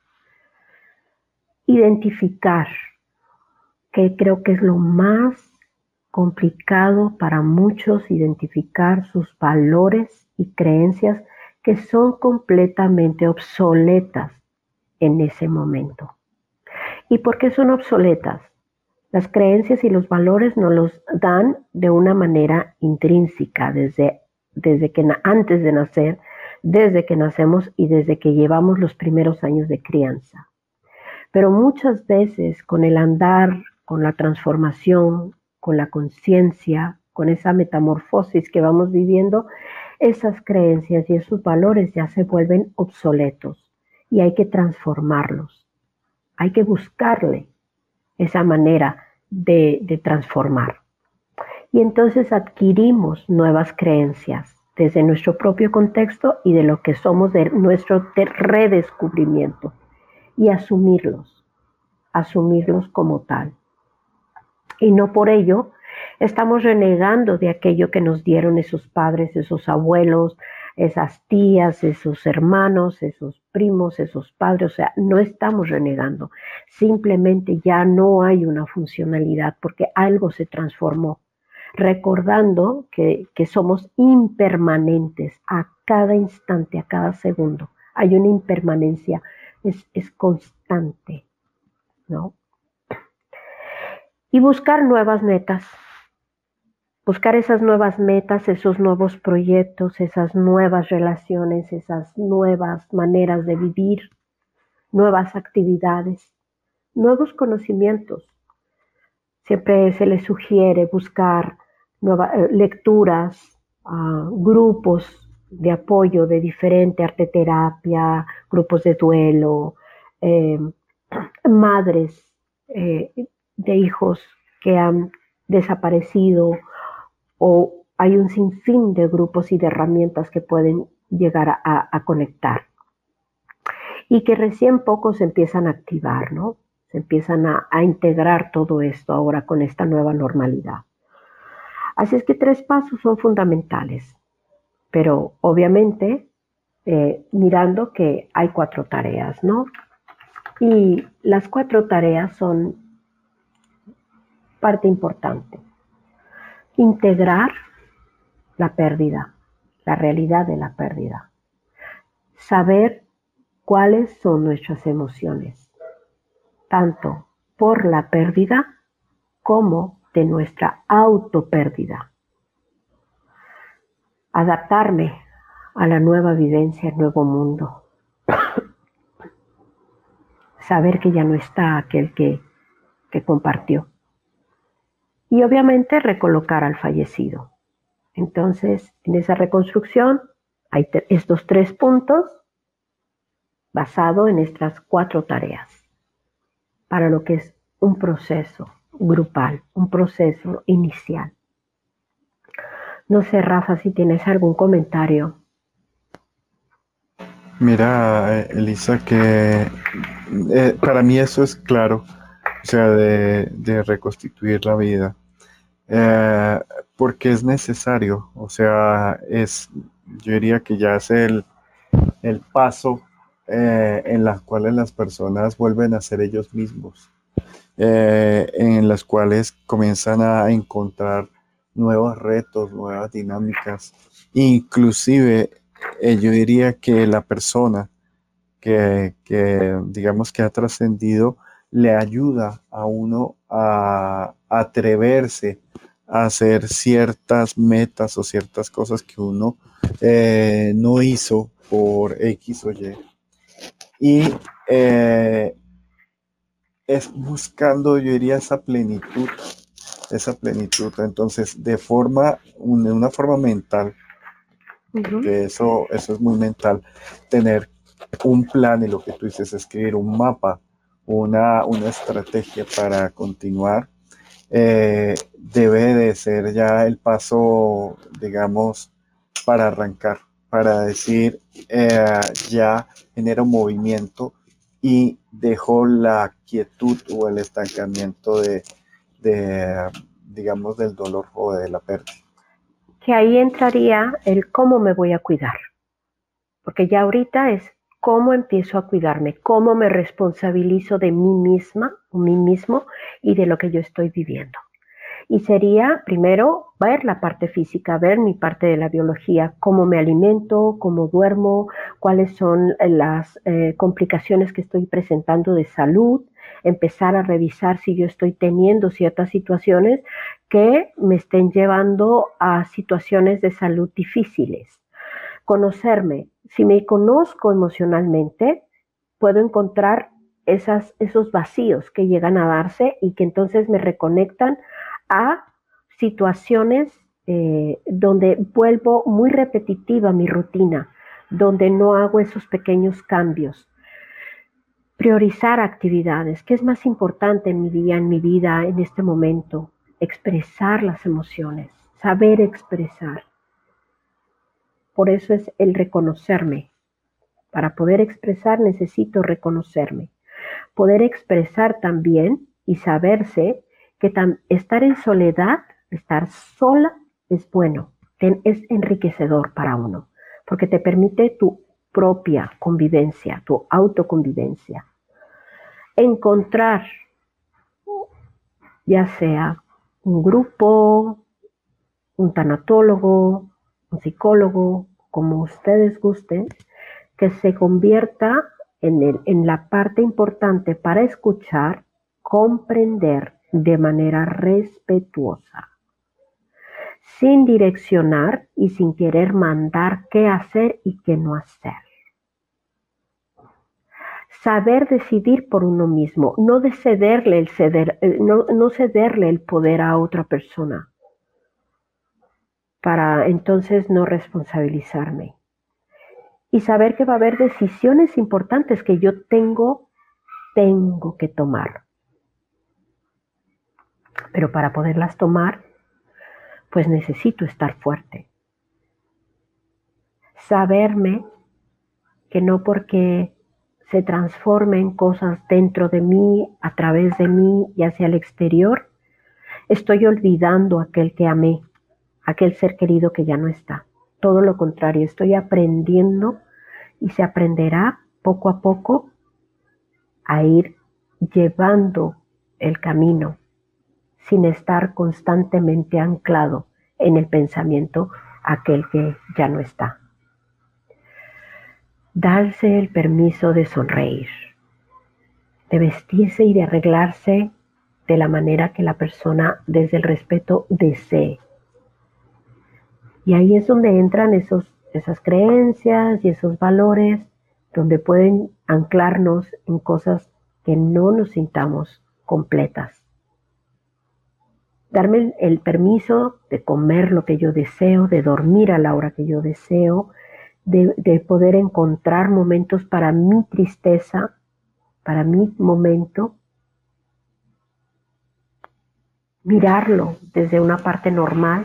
Identificar, que creo que es lo más complicado para muchos, identificar sus valores y creencias que son completamente obsoletas en ese momento. ¿Y por qué son obsoletas? Las creencias y los valores nos los dan de una manera intrínseca, desde, desde que antes de nacer, desde que nacemos y desde que llevamos los primeros años de crianza. Pero muchas veces con el andar, con la transformación, con la conciencia, con esa metamorfosis que vamos viviendo, esas creencias y esos valores ya se vuelven obsoletos y hay que transformarlos. Hay que buscarle esa manera de, de transformar. Y entonces adquirimos nuevas creencias desde nuestro propio contexto y de lo que somos, de nuestro redescubrimiento, y asumirlos, asumirlos como tal. Y no por ello estamos renegando de aquello que nos dieron esos padres, esos abuelos, esas tías, esos hermanos, esos primos, esos padres. O sea, no estamos renegando. Simplemente ya no hay una funcionalidad porque algo se transformó. Recordando que, que somos impermanentes a cada instante, a cada segundo. Hay una impermanencia, es, es constante, ¿no? Y buscar nuevas metas, buscar esas nuevas metas, esos nuevos proyectos, esas nuevas relaciones, esas nuevas maneras de vivir, nuevas actividades, nuevos conocimientos. Siempre se les sugiere buscar nuevas eh, lecturas, uh, grupos de apoyo de diferente arte terapia, grupos de duelo, eh, madres eh, de hijos que han desaparecido, o hay un sinfín de grupos y de herramientas que pueden llegar a, a conectar y que recién pocos empiezan a activar, ¿no? Se empiezan a, a integrar todo esto ahora con esta nueva normalidad. Así es que tres pasos son fundamentales, pero obviamente eh, mirando que hay cuatro tareas, ¿no? Y las cuatro tareas son parte importante. Integrar la pérdida, la realidad de la pérdida. Saber cuáles son nuestras emociones, tanto por la pérdida como de nuestra autopérdida. Adaptarme a la nueva vivencia, al nuevo mundo. Saber que ya no está aquel que, que compartió. Y obviamente recolocar al fallecido. Entonces, en esa reconstrucción hay estos tres puntos basado en estas cuatro tareas para lo que es un proceso grupal, un proceso inicial. No sé, Rafa, si tienes algún comentario. Mira, Elisa, que eh, para mí eso es claro, o sea, de, de reconstituir la vida, eh, porque es necesario, o sea, es, yo diría que ya es el, el paso eh, en las cuales las personas vuelven a ser ellos mismos, eh, en las cuales comienzan a encontrar nuevos retos, nuevas dinámicas, inclusive eh, yo diría que la persona que, que digamos que ha trascendido le ayuda a uno a, a atreverse a hacer ciertas metas o ciertas cosas que uno eh, no hizo por X o Y. Y eh, es buscando, yo diría, esa plenitud, esa plenitud. Entonces, de forma, de una forma mental, uh-huh. que eso, eso es muy mental, tener un plan, y lo que tú dices, escribir un mapa, una, una estrategia para continuar, eh, debe de ser ya el paso, digamos, para arrancar, para decir, eh, ya genero movimiento y dejo la quietud o el estancamiento de, de, digamos, del dolor o de la pérdida. Que ahí entraría el cómo me voy a cuidar, porque ya ahorita es cómo empiezo a cuidarme, cómo me responsabilizo de mí misma o mí mismo y de lo que yo estoy viviendo. Y sería primero ver la parte física, ver mi parte de la biología, cómo me alimento, cómo duermo, cuáles son las eh, complicaciones que estoy presentando de salud, empezar a revisar si yo estoy teniendo ciertas situaciones que me estén llevando a situaciones de salud difíciles. Conocerme, si me conozco emocionalmente, puedo encontrar esas, esos vacíos que llegan a darse y que entonces me reconectan a situaciones eh, donde vuelvo muy repetitiva mi rutina, donde no hago esos pequeños cambios. Priorizar actividades, ¿qué es más importante en mi día, en mi vida, en este momento? Expresar las emociones, saber expresar. Por eso es el reconocerme. Para poder expresar necesito reconocerme. Poder expresar también y saberse que tan, estar en soledad, estar sola, es bueno, ten, es enriquecedor para uno, porque te permite tu propia convivencia, tu autoconvivencia. Encontrar, ya sea un grupo, un tanatólogo, un psicólogo, como ustedes gusten, que se convierta en, el, en la parte importante para escuchar, comprender de manera respetuosa, sin direccionar y sin querer mandar qué hacer y qué no hacer. Saber decidir por uno mismo, no de cederle el ceder, no, no cederle el poder a otra persona, para entonces no responsabilizarme. y saber que va a haber decisiones importantes que yo tengo, tengo que tomar. Pero para poderlas tomar, pues necesito estar fuerte. Saberme que no porque se transformen cosas dentro de mí, a través de mí y hacia el exterior, estoy olvidando a aquel que amé, aquel ser querido que ya no está. Todo lo contrario, estoy aprendiendo y se aprenderá poco a poco a ir llevando el camino sin estar constantemente anclado en el pensamiento aquel que ya no está. Darse el permiso de sonreír, de vestirse y de arreglarse de la manera que la persona desde el respeto desee. Y ahí es donde entran esos, esas creencias y esos valores, donde pueden anclarnos en cosas que no nos sintamos completas. Darme el permiso de comer lo que yo deseo, de dormir a la hora que yo deseo, de, de poder encontrar momentos para mi tristeza, para mi momento, mirarlo desde una parte normal.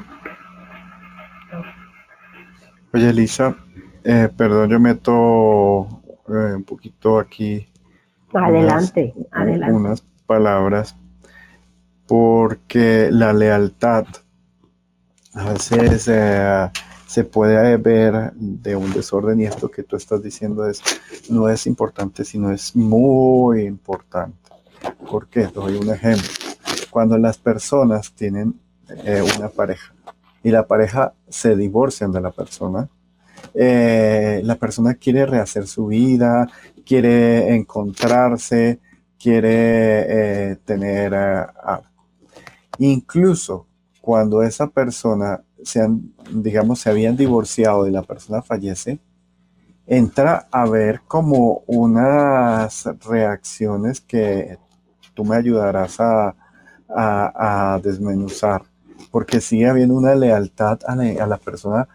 Oye, Elisa, eh, perdón, yo meto eh, un poquito aquí Adelante, unas, adelante. unas palabras, porque la lealtad a veces eh, se puede ver de un desorden, y esto que tú estás diciendo es, no es importante, sino es muy importante. ¿Por qué? Te doy un ejemplo. Cuando las personas tienen eh, una pareja y la pareja se divorcian de la persona, eh, la persona quiere rehacer su vida, quiere encontrarse, quiere eh, tener uh, algo. Incluso cuando esa persona se han, digamos, se habían divorciado y la persona fallece, entra a ver como unas reacciones que tú me ayudarás a, a, a desmenuzar, porque sigue habiendo una lealtad a la, a la persona,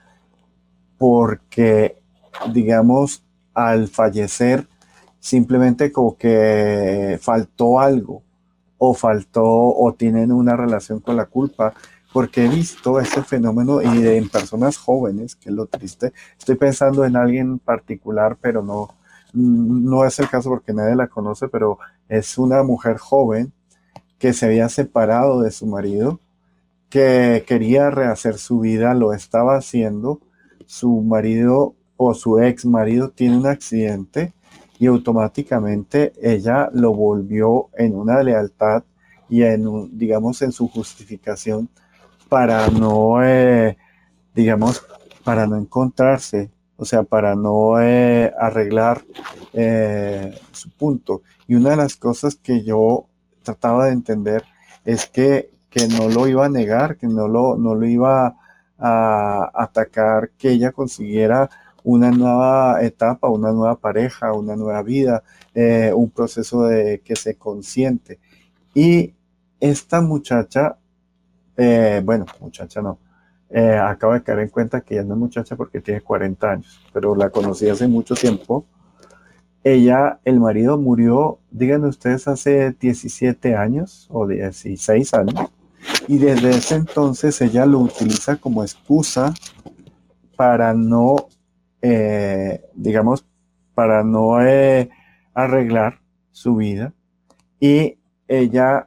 porque, digamos, al fallecer simplemente como que faltó algo, o faltó, o tienen una relación con la culpa, porque he visto ese fenómeno y de, en personas jóvenes, que es lo triste. Estoy pensando en alguien particular, pero no, no es el caso porque nadie la conoce, pero es una mujer joven que se había separado de su marido, que quería rehacer su vida, lo estaba haciendo. Su marido o su ex marido tiene un accidente y automáticamente ella lo volvió en una lealtad y en, un, digamos, en su justificación para no, eh, digamos, para no encontrarse, o sea, para no eh, arreglar eh, su punto. Y una de las cosas que yo trataba de entender es que, que no lo iba a negar, que no lo, no lo iba a atacar, que ella consiguiera una nueva etapa, una nueva pareja, una nueva vida, eh, un proceso de que se consiente. Y esta muchacha, eh, bueno, muchacha no, eh, acabo de caer en cuenta que ya no es muchacha porque tiene cuarenta años, pero la conocí hace mucho tiempo. Ella, el marido murió, díganme ustedes, hace diecisiete años o dieciséis años, y desde ese entonces ella lo utiliza como excusa para no, eh, digamos, para no eh, arreglar su vida, y ella,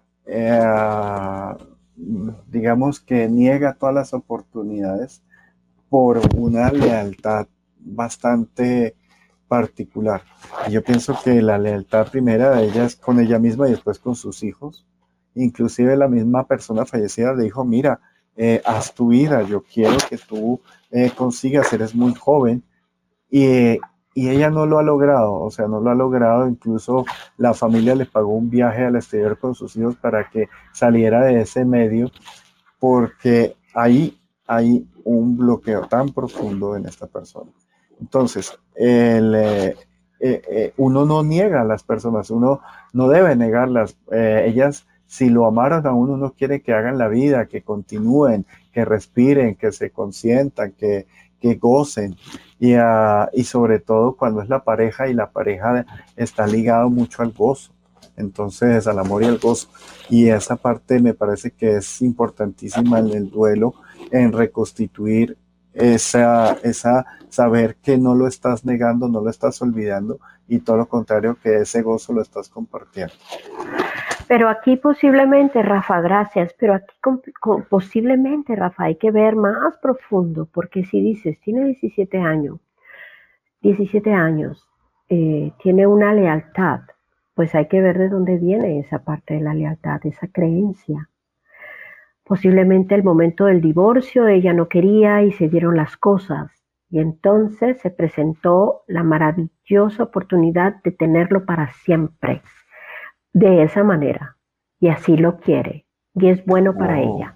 eh, digamos que niega todas las oportunidades por una lealtad bastante particular. Y yo pienso que la lealtad primera de ella es con ella misma y después con sus hijos. Inclusive la misma persona fallecida le dijo, mira, eh, haz tu vida, yo quiero que tú eh, consigas, eres muy joven. Y, y ella no lo ha logrado, o sea, no lo ha logrado. Incluso la familia le pagó un viaje al exterior con sus hijos para que saliera de ese medio, porque ahí hay un bloqueo tan profundo en esta persona. Entonces, el, eh, eh, uno no niega a las personas, uno no debe negarlas. Eh, ellas, si lo amaron a uno, uno quiere que hagan la vida, que continúen, que respiren, que se consientan, que, que gocen y, uh, y sobre todo cuando es la pareja y la pareja está ligado mucho al gozo, entonces al amor y al gozo, y esa parte me parece que es importantísima en el duelo, en reconstituir esa, esa saber que no lo estás negando, no lo estás olvidando, y todo lo contrario, que ese gozo lo estás compartiendo. Pero aquí posiblemente, Rafa, gracias, pero aquí con, con, posiblemente, Rafa, hay que ver más profundo, porque si dices, tiene diecisiete años, diecisiete años, eh, tiene una lealtad, pues hay que ver de dónde viene esa parte de la lealtad, esa creencia. Posiblemente el momento del divorcio ella no quería y se dieron las cosas, y entonces se presentó la maravillosa oportunidad de tenerlo para siempre. De esa manera, y así lo quiere, y es bueno para wow. ella.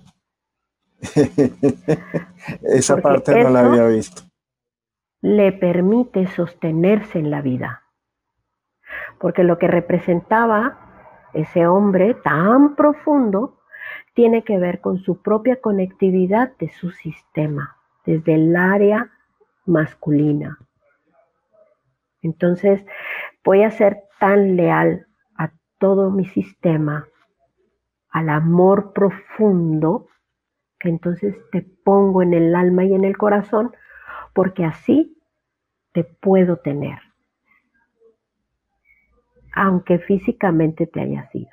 Esa Porque parte no la había visto. Le permite sostenerse en la vida, porque lo que representaba ese hombre tan profundo tiene que ver con su propia conectividad de su sistema, desde el área masculina. Entonces, voy a ser tan leal a todo mi sistema, al amor profundo, que entonces te pongo en el alma y en el corazón, porque así te puedo tener, aunque físicamente te haya sido.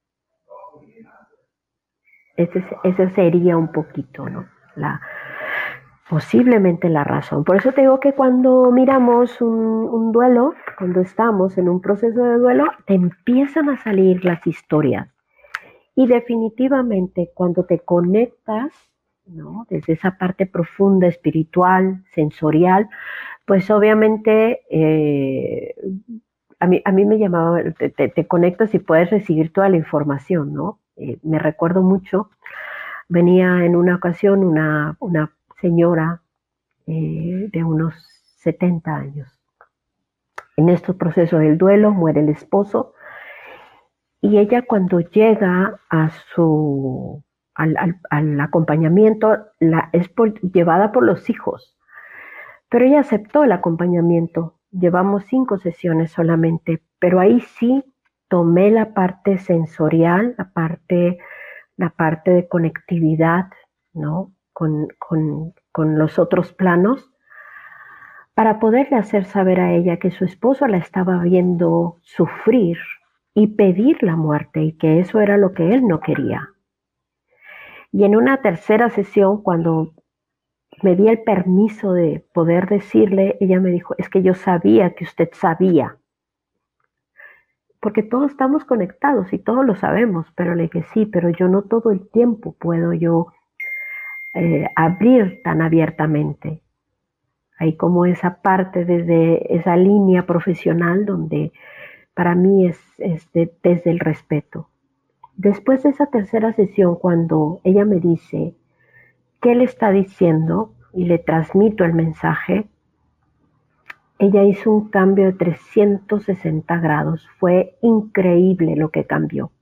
Ese, ese sería un poquito, ¿no? La, posiblemente la razón. Por eso te digo que cuando miramos un, un duelo, cuando estamos en un proceso de duelo, te empiezan a salir las historias. Y definitivamente cuando te conectas, ¿no?, desde esa parte profunda, espiritual, sensorial, pues obviamente eh, a, mí, a mí me llamaba, te, te, te conectas y puedes recibir toda la información, ¿no? Eh, me recuerdo mucho, venía en una ocasión una, una señora eh, de unos setenta años. En estos procesos del duelo muere el esposo, y ella cuando llega a su, al, al, al acompañamiento, la, es por, llevada por los hijos, pero ella aceptó el acompañamiento. Llevamos cinco sesiones solamente, pero ahí sí tomé la parte sensorial, la parte, la parte de conectividad, ¿no?, con, con, con los otros planos, para poderle hacer saber a ella que su esposo la estaba viendo sufrir y pedir la muerte, y que eso era lo que él no quería. Y en una tercera sesión, cuando me di el permiso de poder decirle, ella me dijo, es que yo sabía que usted sabía. Porque todos estamos conectados y todos lo sabemos, pero le dije, sí, pero yo no todo el tiempo puedo yo eh, abrir tan abiertamente. Hay como esa parte desde esa línea profesional donde para mí es, es de, desde el respeto. Después de esa tercera sesión, cuando ella me dice qué le está diciendo y le transmito el mensaje, ella hizo un cambio de trescientos sesenta grados. Fue increíble lo que cambió.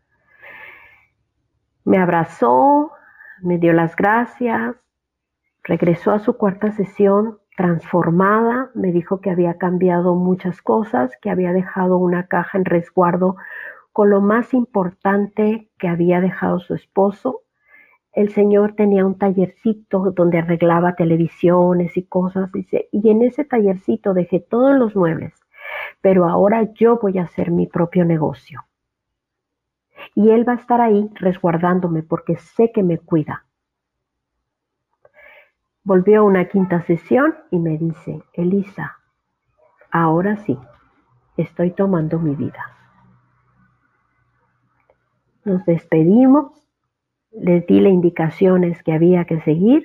Me abrazó, me dio las gracias, regresó a su cuarta sesión transformada, me dijo que había cambiado muchas cosas, que había dejado una caja en resguardo con lo más importante que había dejado su esposo. El señor tenía un tallercito donde arreglaba televisiones y cosas, dice, y en ese tallercito dejé todos los muebles, pero ahora yo voy a hacer mi propio negocio. Y él va a estar ahí resguardándome porque sé que me cuida. Volvió a una quinta sesión y me dice, Elisa, ahora sí, estoy tomando mi vida. Nos despedimos, les di las indicaciones que había que seguir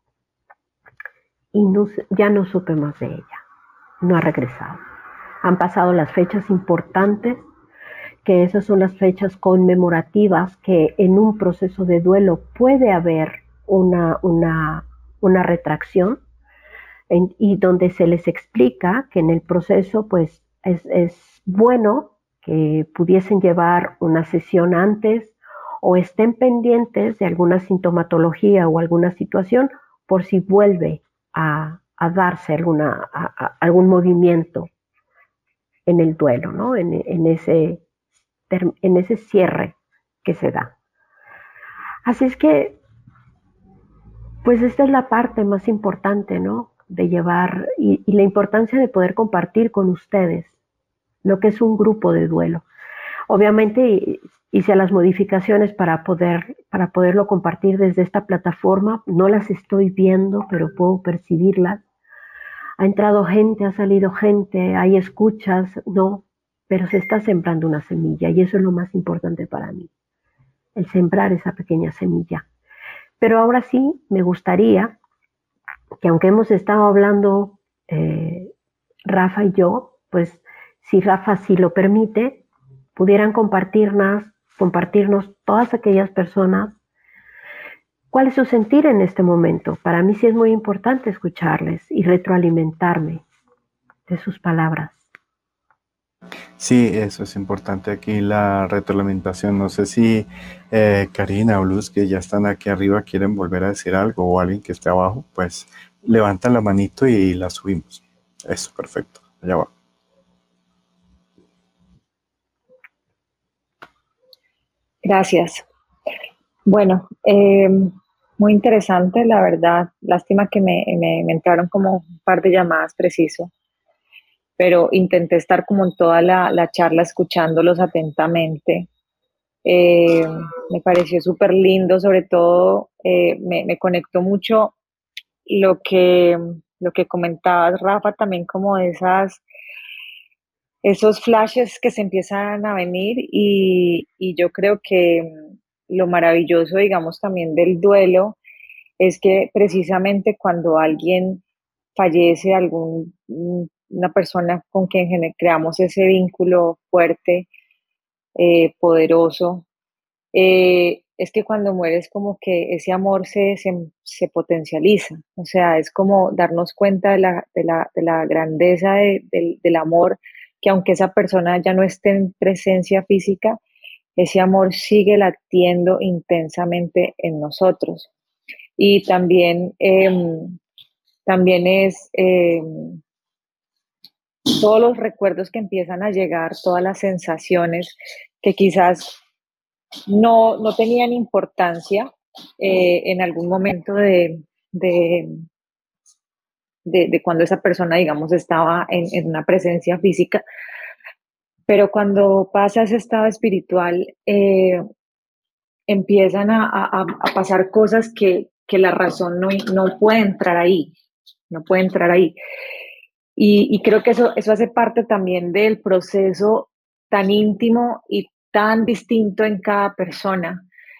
y no, ya no supe más de ella. No ha regresado. Han pasado las fechas importantes, que esas son las fechas conmemorativas que en un proceso de duelo puede haber una, una, una retracción, en, y donde se les explica que en el proceso pues es, es bueno que pudiesen llevar una sesión antes o estén pendientes de alguna sintomatología o alguna situación por si vuelve a, a darse alguna, a, a, algún movimiento en el duelo, ¿no? En, en, ese, en ese cierre que se da. Así es que, pues esta es la parte más importante, ¿no? De llevar, y, y la importancia de poder compartir con ustedes lo que es un grupo de duelo. Obviamente hice las modificaciones para, poder, para poderlo compartir desde esta plataforma. No las estoy viendo, pero puedo percibirlas. Ha entrado gente, ha salido gente, hay escuchas, no, pero se está sembrando una semilla y eso es lo más importante para mí, el sembrar esa pequeña semilla. Pero ahora sí, me gustaría que aunque hemos estado hablando eh, Rafa y yo, pues si Rafa sí lo permite, pudieran compartirnos, compartirnos todas aquellas personas cuál es su sentir en este momento. Para mí sí es muy importante escucharles y retroalimentarme de sus palabras. Sí, eso es importante aquí, la retroalimentación. No sé si eh, Karina o Luz, que ya están aquí arriba, quieren volver a decir algo, o alguien que esté abajo, pues levantan la manito y la subimos. Eso, perfecto. Allá va. Gracias. Bueno, eh, muy interesante, la verdad. Lástima que me, me, me entraron como un par de llamadas preciso, pero intenté estar como en toda la, la charla escuchándolos atentamente. Eh, me pareció súper lindo, sobre todo eh, me, me conectó mucho lo que, lo que comentabas, Rafa, también como de esas, esos flashes que se empiezan a venir y, y yo creo que lo maravilloso, digamos, también del duelo es que precisamente cuando alguien fallece, algún, una persona con quien creamos ese vínculo fuerte, eh, poderoso, eh, es que cuando mueres como que ese amor se, se, se, potencializa, o sea, es como darnos cuenta de la, de la, de la grandeza de, de, del amor, que aunque esa persona ya no esté en presencia física, ese amor sigue latiendo intensamente en nosotros. Y también, eh, también es eh, todos los recuerdos que empiezan a llegar, todas las sensaciones que quizás no, no tenían importancia eh, en algún momento de, de, de, de, cuando esa persona, digamos, estaba en, en una presencia física, pero cuando pasa ese estado espiritual, eh, empiezan a, a, a, pasar cosas que, que la razón no, no puede entrar ahí, no puede entrar ahí. Y, y creo que eso, eso hace parte también del proceso tan íntimo y tan distinto en cada persona,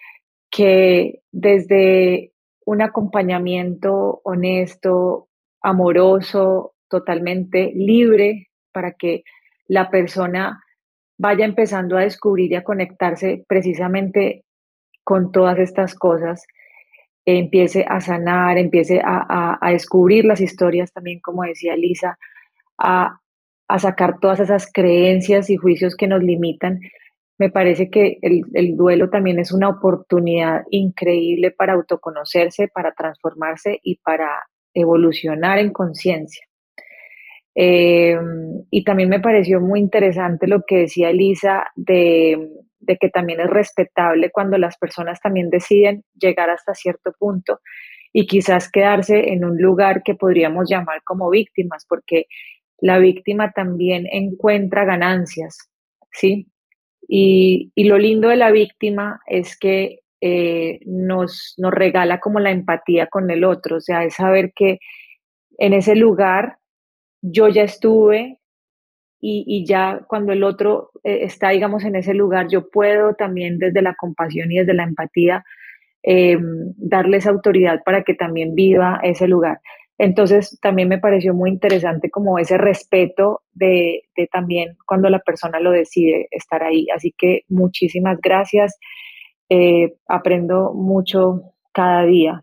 que desde un acompañamiento honesto, amoroso, totalmente libre, para que la persona vaya empezando a descubrir y a conectarse precisamente con todas estas cosas, empiece a sanar, empiece a, a, a descubrir las historias también, como decía Lisa, a, a sacar todas esas creencias y juicios que nos limitan. Me parece que el, el duelo también es una oportunidad increíble para autoconocerse, para transformarse y para evolucionar en conciencia. Eh, y también me pareció muy interesante lo que decía Elisa de, de que también es respetable cuando las personas también deciden llegar hasta cierto punto y quizás quedarse en un lugar que podríamos llamar como víctimas, porque la víctima también encuentra ganancias, ¿sí? Y, y lo lindo de la víctima es que eh, nos, nos regala como la empatía con el otro, o sea, es saber que en ese lugar yo ya estuve y, y ya cuando el otro eh, está, digamos, en ese lugar, yo puedo también desde la compasión y desde la empatía eh, darles autoridad para que también viva ese lugar. Entonces, también me pareció muy interesante como ese respeto de, de también cuando la persona lo decide estar ahí. Así que muchísimas gracias. Eh, aprendo mucho cada día.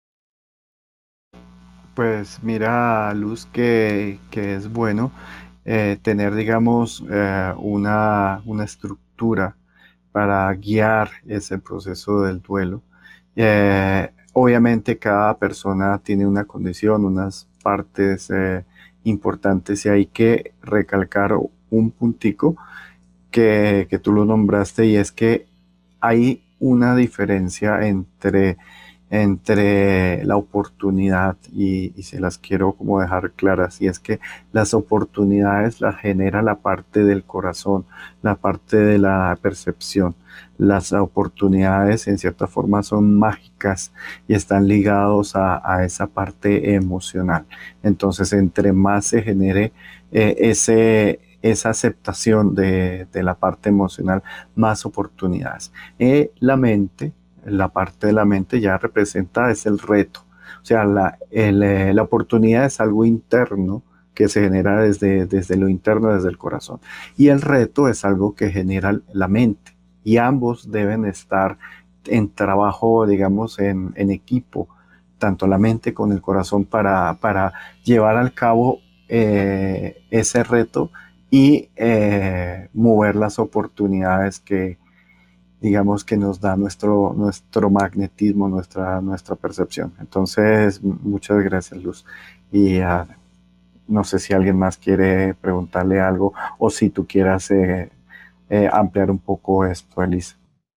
Pues mira, Luz, que, que es bueno eh, tener, digamos, eh, una, una estructura para guiar ese proceso del duelo. Eh, obviamente cada persona tiene una condición, unas partes eh, importantes, y hay que recalcar un puntico que, que tú lo nombraste, y es que hay una diferencia entre, entre la oportunidad y, y se las quiero como dejar claras, y es que las oportunidades las genera la parte del corazón, la parte de la percepción. Las oportunidades en cierta forma son mágicas y están ligados a, a esa parte emocional. Entonces, entre más se genere eh, ese esa aceptación de, de la parte emocional, más oportunidades. Eh, la mente, la parte de la mente ya representa, es el reto. O sea, la, el, eh, la oportunidad es algo interno que se genera desde, desde lo interno, desde el corazón. Y el reto es algo que genera la mente. Y ambos deben estar en trabajo, digamos, en, en equipo, tanto la mente con el corazón, para, para llevar al cabo eh, ese reto y eh, mover las oportunidades que, digamos, que nos da nuestro, nuestro magnetismo, nuestra, nuestra percepción. Entonces, muchas gracias, Luz. Y uh, no sé si alguien más quiere preguntarle algo, o si tú quieras eh, eh, ampliar un poco esto, Elisa.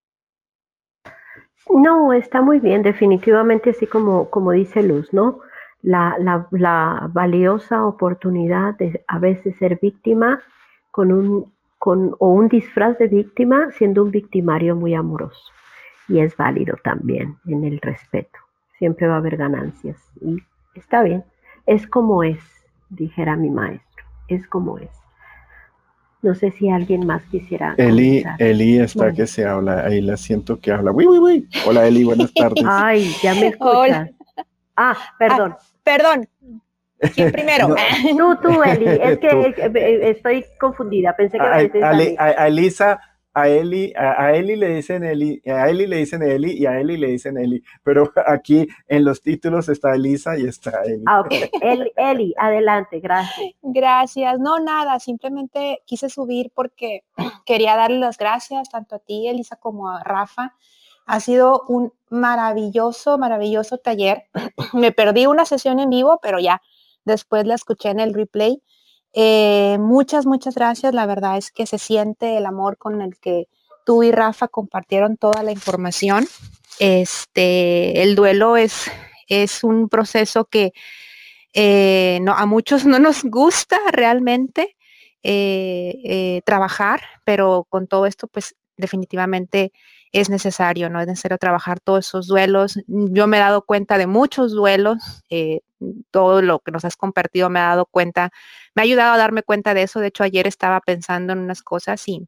No, está muy bien, definitivamente, así como, como dice Luz, ¿no? La, la, la valiosa oportunidad de a veces ser víctima con un, con, o un disfraz de víctima siendo un victimario muy amoroso. Y es válido también en el respeto. Siempre va a haber ganancias. Y está bien. Es como es, dijera mi maestro. Es como es. No sé si alguien más quisiera Eli, comentar. Eli está Vale. que se habla, ahí la siento que habla. Uy, uy, uy. Hola, Eli, buenas tardes. Ay, ya me escuchas. Hola. Ah, perdón. Ah, perdón. ¿Quién primero? No, Tú, tú, Eli. Es que tú. eh, eh, estoy confundida. Pensé que me A, decías a, a a, mí. a Elisa, a Eli, a, a Eli le dicen Eli, a Eli le dicen Eli y a Eli le dicen Eli, pero aquí en los títulos está Elisa y está Eli. Ah, ok. Eli, Eli, adelante, gracias. Gracias. No, nada, simplemente quise subir porque quería darle las gracias tanto a ti, Elisa, como a Rafa. Ha sido un maravilloso, maravilloso taller. Me perdí una sesión en vivo, pero ya después la escuché en el replay. Eh, muchas, muchas gracias. La verdad es que se siente el amor con el que tú y Rafa compartieron toda la información. Este, el duelo es, es un proceso que eh, no, a muchos no nos gusta realmente eh, eh, trabajar, pero con todo esto, pues definitivamente es necesario, ¿no? Es necesario trabajar todos esos duelos. Yo me he dado cuenta de muchos duelos, eh, todo lo que nos has compartido me ha dado cuenta, me ha ayudado a darme cuenta de eso. De hecho, ayer estaba pensando en unas cosas y,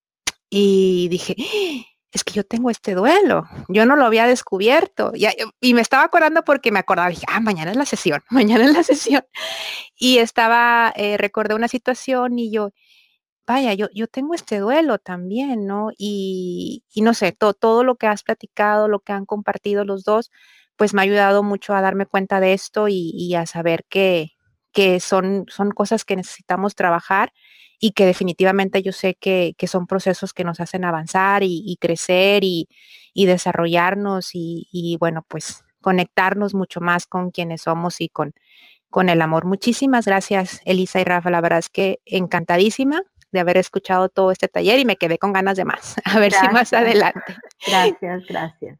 y dije, es que yo tengo este duelo, yo no lo había descubierto. Y, y me estaba acordando porque me acordaba, dije, ah, mañana es la sesión, mañana es la sesión. Y estaba, eh, recordé una situación y yo, vaya, yo, yo tengo este duelo también, ¿no? Y, y no sé, to, todo lo que has platicado, lo que han compartido los dos, pues me ha ayudado mucho a darme cuenta de esto y, y a saber que, que son, son cosas que necesitamos trabajar y que definitivamente yo sé que, que son procesos que nos hacen avanzar y, y crecer y, y desarrollarnos y, y, bueno, pues conectarnos mucho más con quienes somos y con, con el amor. Muchísimas gracias, Elisa y Rafa. La verdad es que encantadísima de haber escuchado todo este taller y me quedé con ganas de más. A ver Gracias. si más adelante. Gracias, gracias.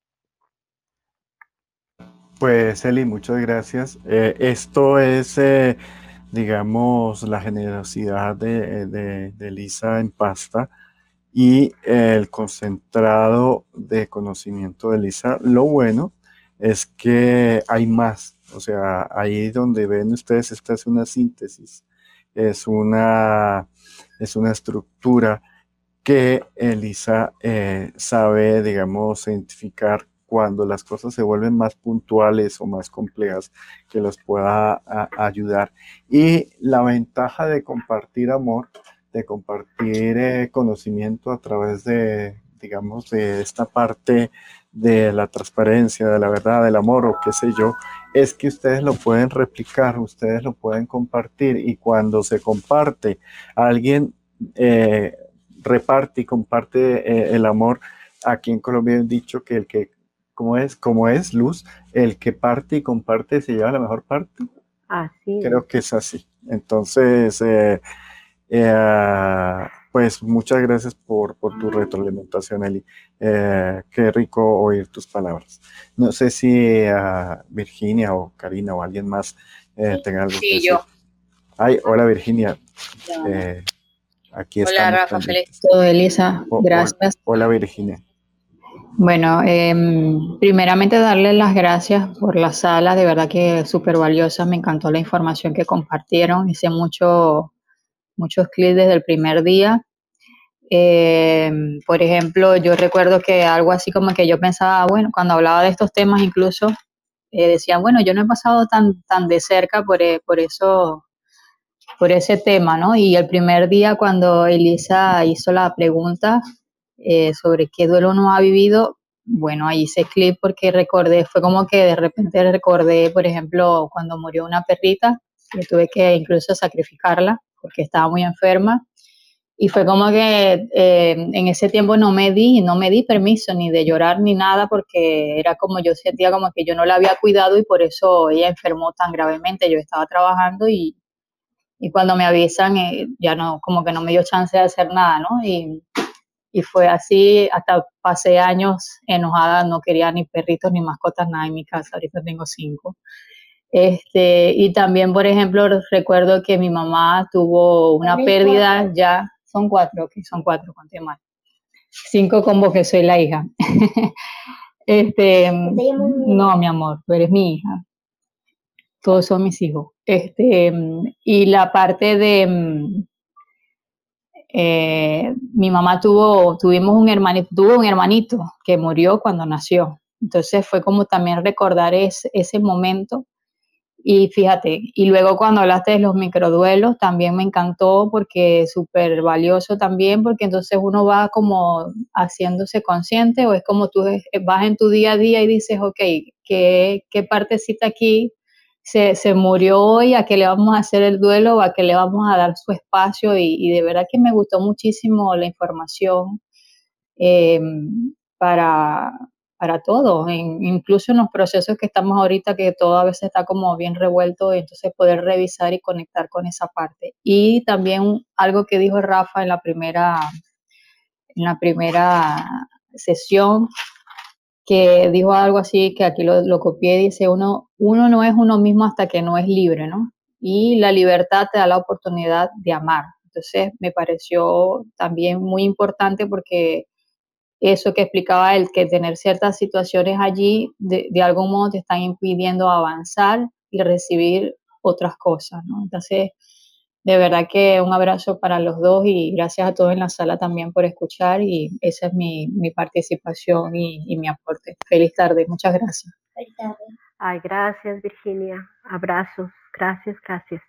Pues Eli, muchas gracias. Eh, esto es, eh, digamos, la generosidad de, de, de Elisa en pasta y el concentrado de conocimiento de Elisa. Lo bueno es que hay más, o sea, ahí donde ven ustedes, esta es una síntesis, es una, es una estructura que Elisa eh, sabe, digamos, identificar cuando las cosas se vuelven más puntuales o más complejas, que los pueda a, ayudar. Y la ventaja de compartir amor, de compartir eh, conocimiento a través de, digamos, de esta parte de la transparencia, de la verdad, del amor o qué sé yo, es que ustedes lo pueden replicar, ustedes lo pueden compartir, y cuando se comparte a alguien, eh, reparte y comparte eh, el amor. Aquí en Colombia han dicho que el que, como es, como es Luz, el que parte y comparte se lleva la mejor parte. Así es. Creo que es así. Entonces, eh, eh, pues muchas gracias por, por tu retroalimentación, Eli. Eh, qué rico oír tus palabras. No sé si uh, Virginia o Karina o alguien más eh, tenga algo Sí, que decir. yo. Ay, hola Virginia. Eh, aquí Hola estamos Rafa, feliz pendientes. todo, Elisa. O- Gracias. Hola Virginia. Bueno, eh, primeramente darles las gracias por la sala, de verdad que súper valiosa, me encantó la información que compartieron, hice mucho, muchos clics desde el primer día. Eh, por ejemplo, yo recuerdo que algo así como que yo pensaba, bueno, cuando hablaba de estos temas incluso, eh, decían, bueno, yo no he pasado tan, tan de cerca por, eh, por eso, por ese tema, ¿no? Y el primer día cuando Elisa hizo la pregunta eh, sobre qué duelo uno ha vivido, bueno, ahí hice clip porque recordé, fue como que de repente recordé, por ejemplo, cuando murió una perrita, que tuve que incluso sacrificarla porque estaba muy enferma. Y fue como que eh, en ese tiempo no me di, no me di permiso ni de llorar ni nada porque era como yo sentía como que yo no la había cuidado y por eso ella enfermó tan gravemente. Yo estaba trabajando y, y cuando me avisan eh, ya no, como que no me dio chance de hacer nada, ¿no? Y, y fue así, hasta pasé años enojada, no quería ni perritos ni mascotas, nada en mi casa, ahorita tengo cinco. Este, y también, por ejemplo, recuerdo que mi mamá tuvo una pérdida, ya son cuatro, que son cuatro, conté mal. Cinco con vos, que soy la hija. Este, no, mi amor, tú eres mi hija. Todos son mis hijos. Este, y la parte de eh, mi mamá tuvo, tuvimos un hermanito, tuvo un hermanito que murió cuando nació. Entonces fue como también recordar ese, ese momento. Y fíjate, y luego cuando hablaste de los microduelos, también me encantó porque es súper valioso también, porque entonces uno va como haciéndose consciente o es como tú vas en tu día a día y dices, ok, ¿qué, qué partecita aquí se, se murió hoy? ¿A qué le vamos a hacer el duelo o a qué le vamos a dar su espacio? Y, y de verdad que me gustó muchísimo la información eh, para para todo, en, incluso en los procesos que estamos ahorita, que todo a veces está como bien revuelto, entonces poder revisar y conectar con esa parte. Y también algo que dijo Rafa en la primera, en la primera sesión, que dijo algo así, que aquí lo, lo copié, dice, uno, uno no es uno mismo hasta que no es libre, ¿no? Y la libertad te da la oportunidad de amar. Entonces me pareció también muy importante porque eso que explicaba él, que tener ciertas situaciones allí de, de algún modo te están impidiendo avanzar y recibir otras cosas, ¿no? Entonces, de verdad que un abrazo para los dos y gracias a todos en la sala también por escuchar y esa es mi, mi participación y, y mi aporte. Feliz tarde, muchas gracias. Feliz tarde. Ay, gracias Virginia, abrazos, gracias, gracias.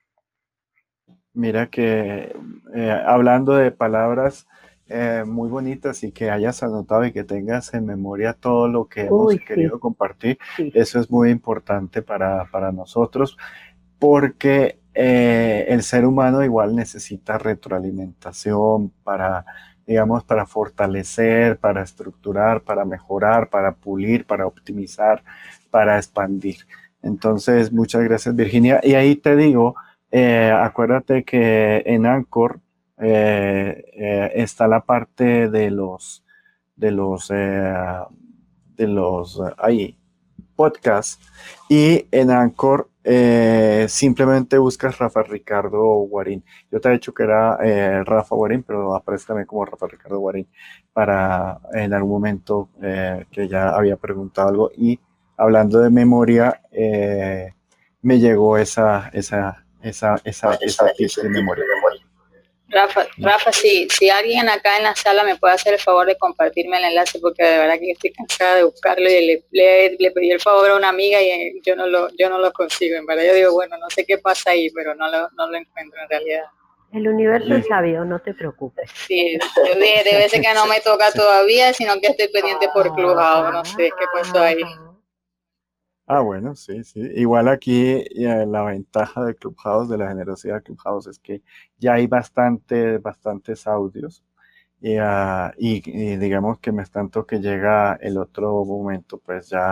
Mira que eh, hablando de palabras eh, muy bonitas y que hayas anotado y que tengas en memoria todo lo que hemos Uy, querido sí. compartir, Sí. eso es muy importante para, para nosotros porque eh, el ser humano igual necesita retroalimentación para, digamos, para fortalecer, para estructurar, para mejorar, para pulir, para optimizar, para expandir. Entonces, muchas gracias Virginia. Y ahí te digo, Eh, acuérdate que en Anchor eh, eh, está la parte de los de los eh, de los ahí podcasts y en Anchor eh, simplemente buscas Rafa Ricardo Guarín. Yo te he dicho que era eh, Rafa Guarín, pero aparece también como Rafa Ricardo Guarín para en algún momento eh, que ya había preguntado algo y hablando de memoria eh, me llegó esa esa esa, esa, esa, esa de memoria. Rafa, Rafa si, si alguien acá en la sala me puede hacer el favor de compartirme el enlace, porque de verdad que yo estoy cansada de buscarlo y le, le, le pedí el favor a una amiga y yo no lo, yo no lo consigo. En verdad yo digo, bueno, no sé qué pasa ahí, pero no lo, no lo encuentro en realidad. El universo es sabio, no te preocupes. Sí, de, debe ser que no me toca todavía, sino que estoy pendiente por Clubhouse, no sé qué pasó ahí. Ah, bueno, sí, sí. Igual aquí eh, la ventaja de Clubhouse, de la generosidad de Clubhouse, es que ya hay bastante, bastantes audios y, uh, y, y digamos que me es tanto que llega el otro momento, pues ya,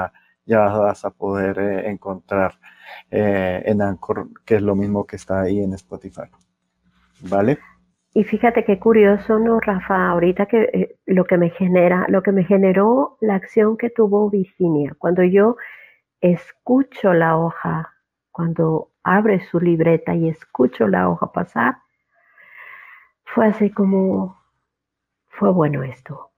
ya vas a poder eh, encontrar eh, en Anchor, que es lo mismo que está ahí en Spotify. ¿Vale? Y fíjate qué curioso, ¿no, Rafa? Ahorita que eh, lo que me genera, lo que me generó la acción que tuvo Virginia, cuando yo escucho la hoja, cuando abre su libreta y escucho la hoja pasar, fue así como, fue bueno esto,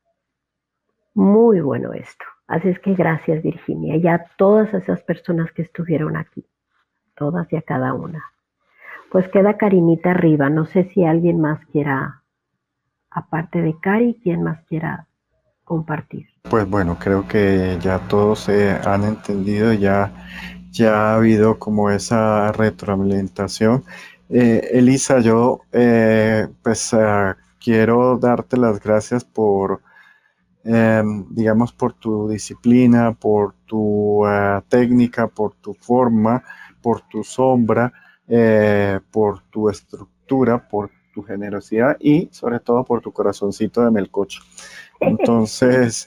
muy bueno esto. Así es que gracias, Virginia, y a todas esas personas que estuvieron aquí, todas y a cada una. Pues queda Karinita arriba, no sé si alguien más quiera, aparte de Cari, quién más quiera compartir. Pues bueno, creo que ya todos se han entendido, ya, ya ha habido como esa retroalimentación. Eh, Elisa, yo eh, pues uh, quiero darte las gracias por, eh, digamos, por tu disciplina, por tu uh, técnica, por tu forma, por tu sombra, eh, por tu estructura, por tu generosidad y sobre todo por tu corazoncito de melcocho. Entonces,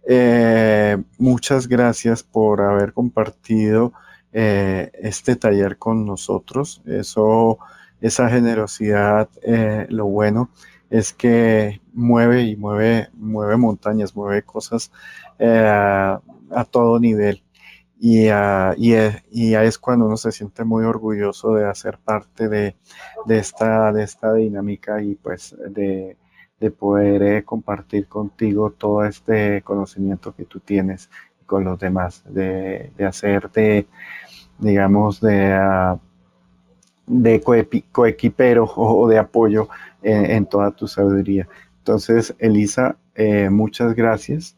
eh, muchas gracias por haber compartido eh, este taller con nosotros. Eso, esa generosidad, eh, lo bueno es que mueve y mueve, mueve montañas, mueve cosas eh, a todo nivel. Y, uh, y, y es cuando uno se siente muy orgulloso de hacer parte de, de, esta, de esta dinámica y pues de, de poder eh, compartir contigo todo este conocimiento que tú tienes con los demás, de, de hacerte, digamos, de, uh, de coepi, coequipero o, o de apoyo en, en toda tu sabiduría. Entonces, Elisa, eh, muchas gracias.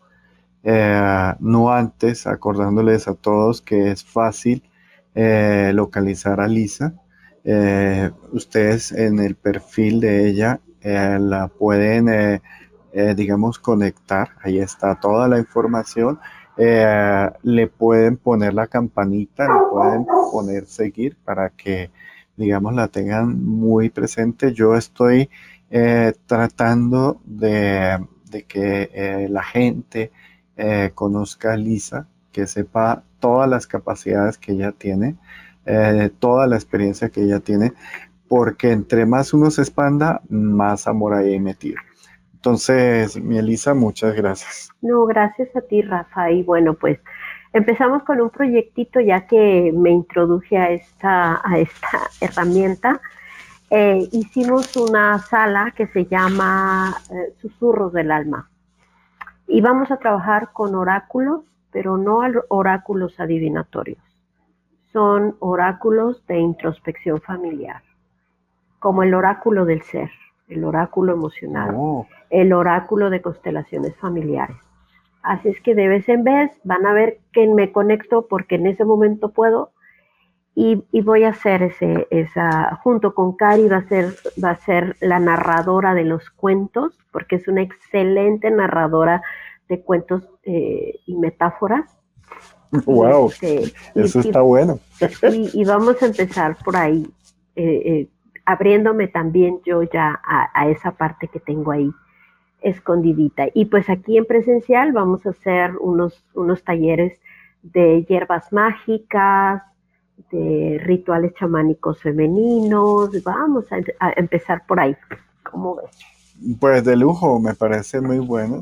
Eh, no antes acordándoles a todos que es fácil eh, localizar a Lisa. Eh, ustedes en el perfil de ella eh, la pueden, eh, eh, digamos, conectar. Ahí está toda la información. Eh, le pueden poner la campanita, le pueden poner seguir para que, digamos, la tengan muy presente. Yo estoy eh, tratando de, de que eh, la gente Eh, conozca a Lisa, que sepa todas las capacidades que ella tiene, eh, toda la experiencia que ella tiene, porque entre más uno se expanda, más amor hay ahí metido. Entonces, mi Elisa, muchas gracias. No, gracias a ti, Rafa. Y bueno, pues empezamos con un proyectito ya que me introduje a esta, a esta herramienta. Eh, hicimos una sala que se llama eh, Susurros del Alma. Y vamos a trabajar con oráculos, pero no oráculos adivinatorios. Son oráculos de introspección familiar, como el oráculo del ser, el oráculo emocional, oh. el oráculo de constelaciones familiares. Así es que de vez en vez van a ver que me conecto porque en ese momento puedo y, y voy a hacer ese, esa, junto con Cari va a ser, va a ser la narradora de los cuentos, porque es una excelente narradora de cuentos eh, y metáforas. Wow, y, este, eso y, está y, bueno. Y, y vamos a empezar por ahí, eh, eh, abriéndome también yo ya a, a esa parte que tengo ahí escondidita. Y pues aquí en presencial vamos a hacer unos, unos talleres de hierbas mágicas, de rituales chamánicos femeninos. Vamos a, a empezar por ahí. ¿Cómo ves? Pues de lujo, me parece muy bueno.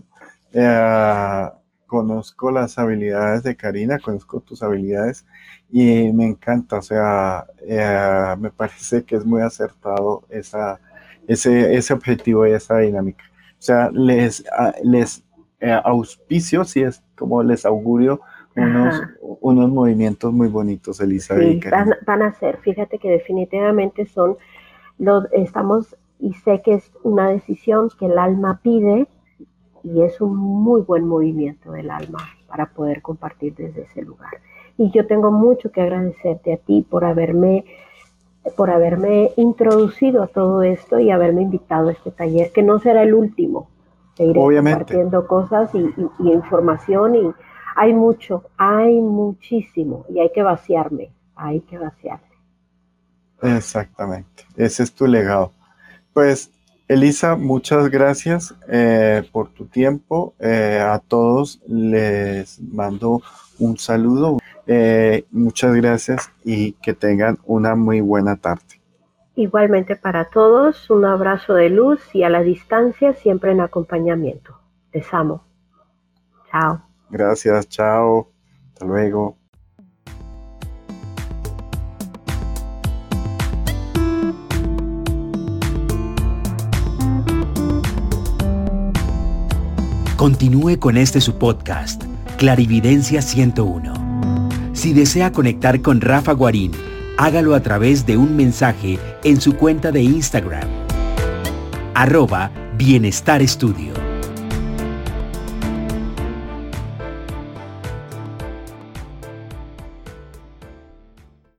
Eh, conozco las habilidades de Karina, conozco tus habilidades y me encanta, o sea, eh, me parece que es muy acertado esa, ese, ese objetivo y esa dinámica. O sea, les, les eh, auspicio, si es como les augurio, unos, unos movimientos muy bonitos, Elisa. Sí, van, van a ser, fíjate que definitivamente son, los, estamos, y sé que es una decisión que el alma pide, y es un muy buen movimiento del alma para poder compartir desde ese lugar. Y yo tengo mucho que agradecerte a ti por haberme, por haberme introducido a todo esto y haberme invitado a este taller, que no será el último. Te iré Obviamente. compartiendo cosas y, y, y información y hay mucho, hay muchísimo y hay que vaciarme, hay que vaciarme. Exactamente, ese es tu legado. Pues Elisa, muchas gracias eh, por tu tiempo. Eh, a todos les mando un saludo. Eh, muchas gracias y que tengan una muy buena tarde. Igualmente para todos, un abrazo de luz y a la distancia siempre en acompañamiento. Les amo. Chao. Gracias, chao. Hasta luego. Continúe con este su podcast, Clarividencia ciento uno. Si desea conectar con Rafa Guarín, hágalo a través de un mensaje en su cuenta de Instagram, arroba Bienestar Estudio.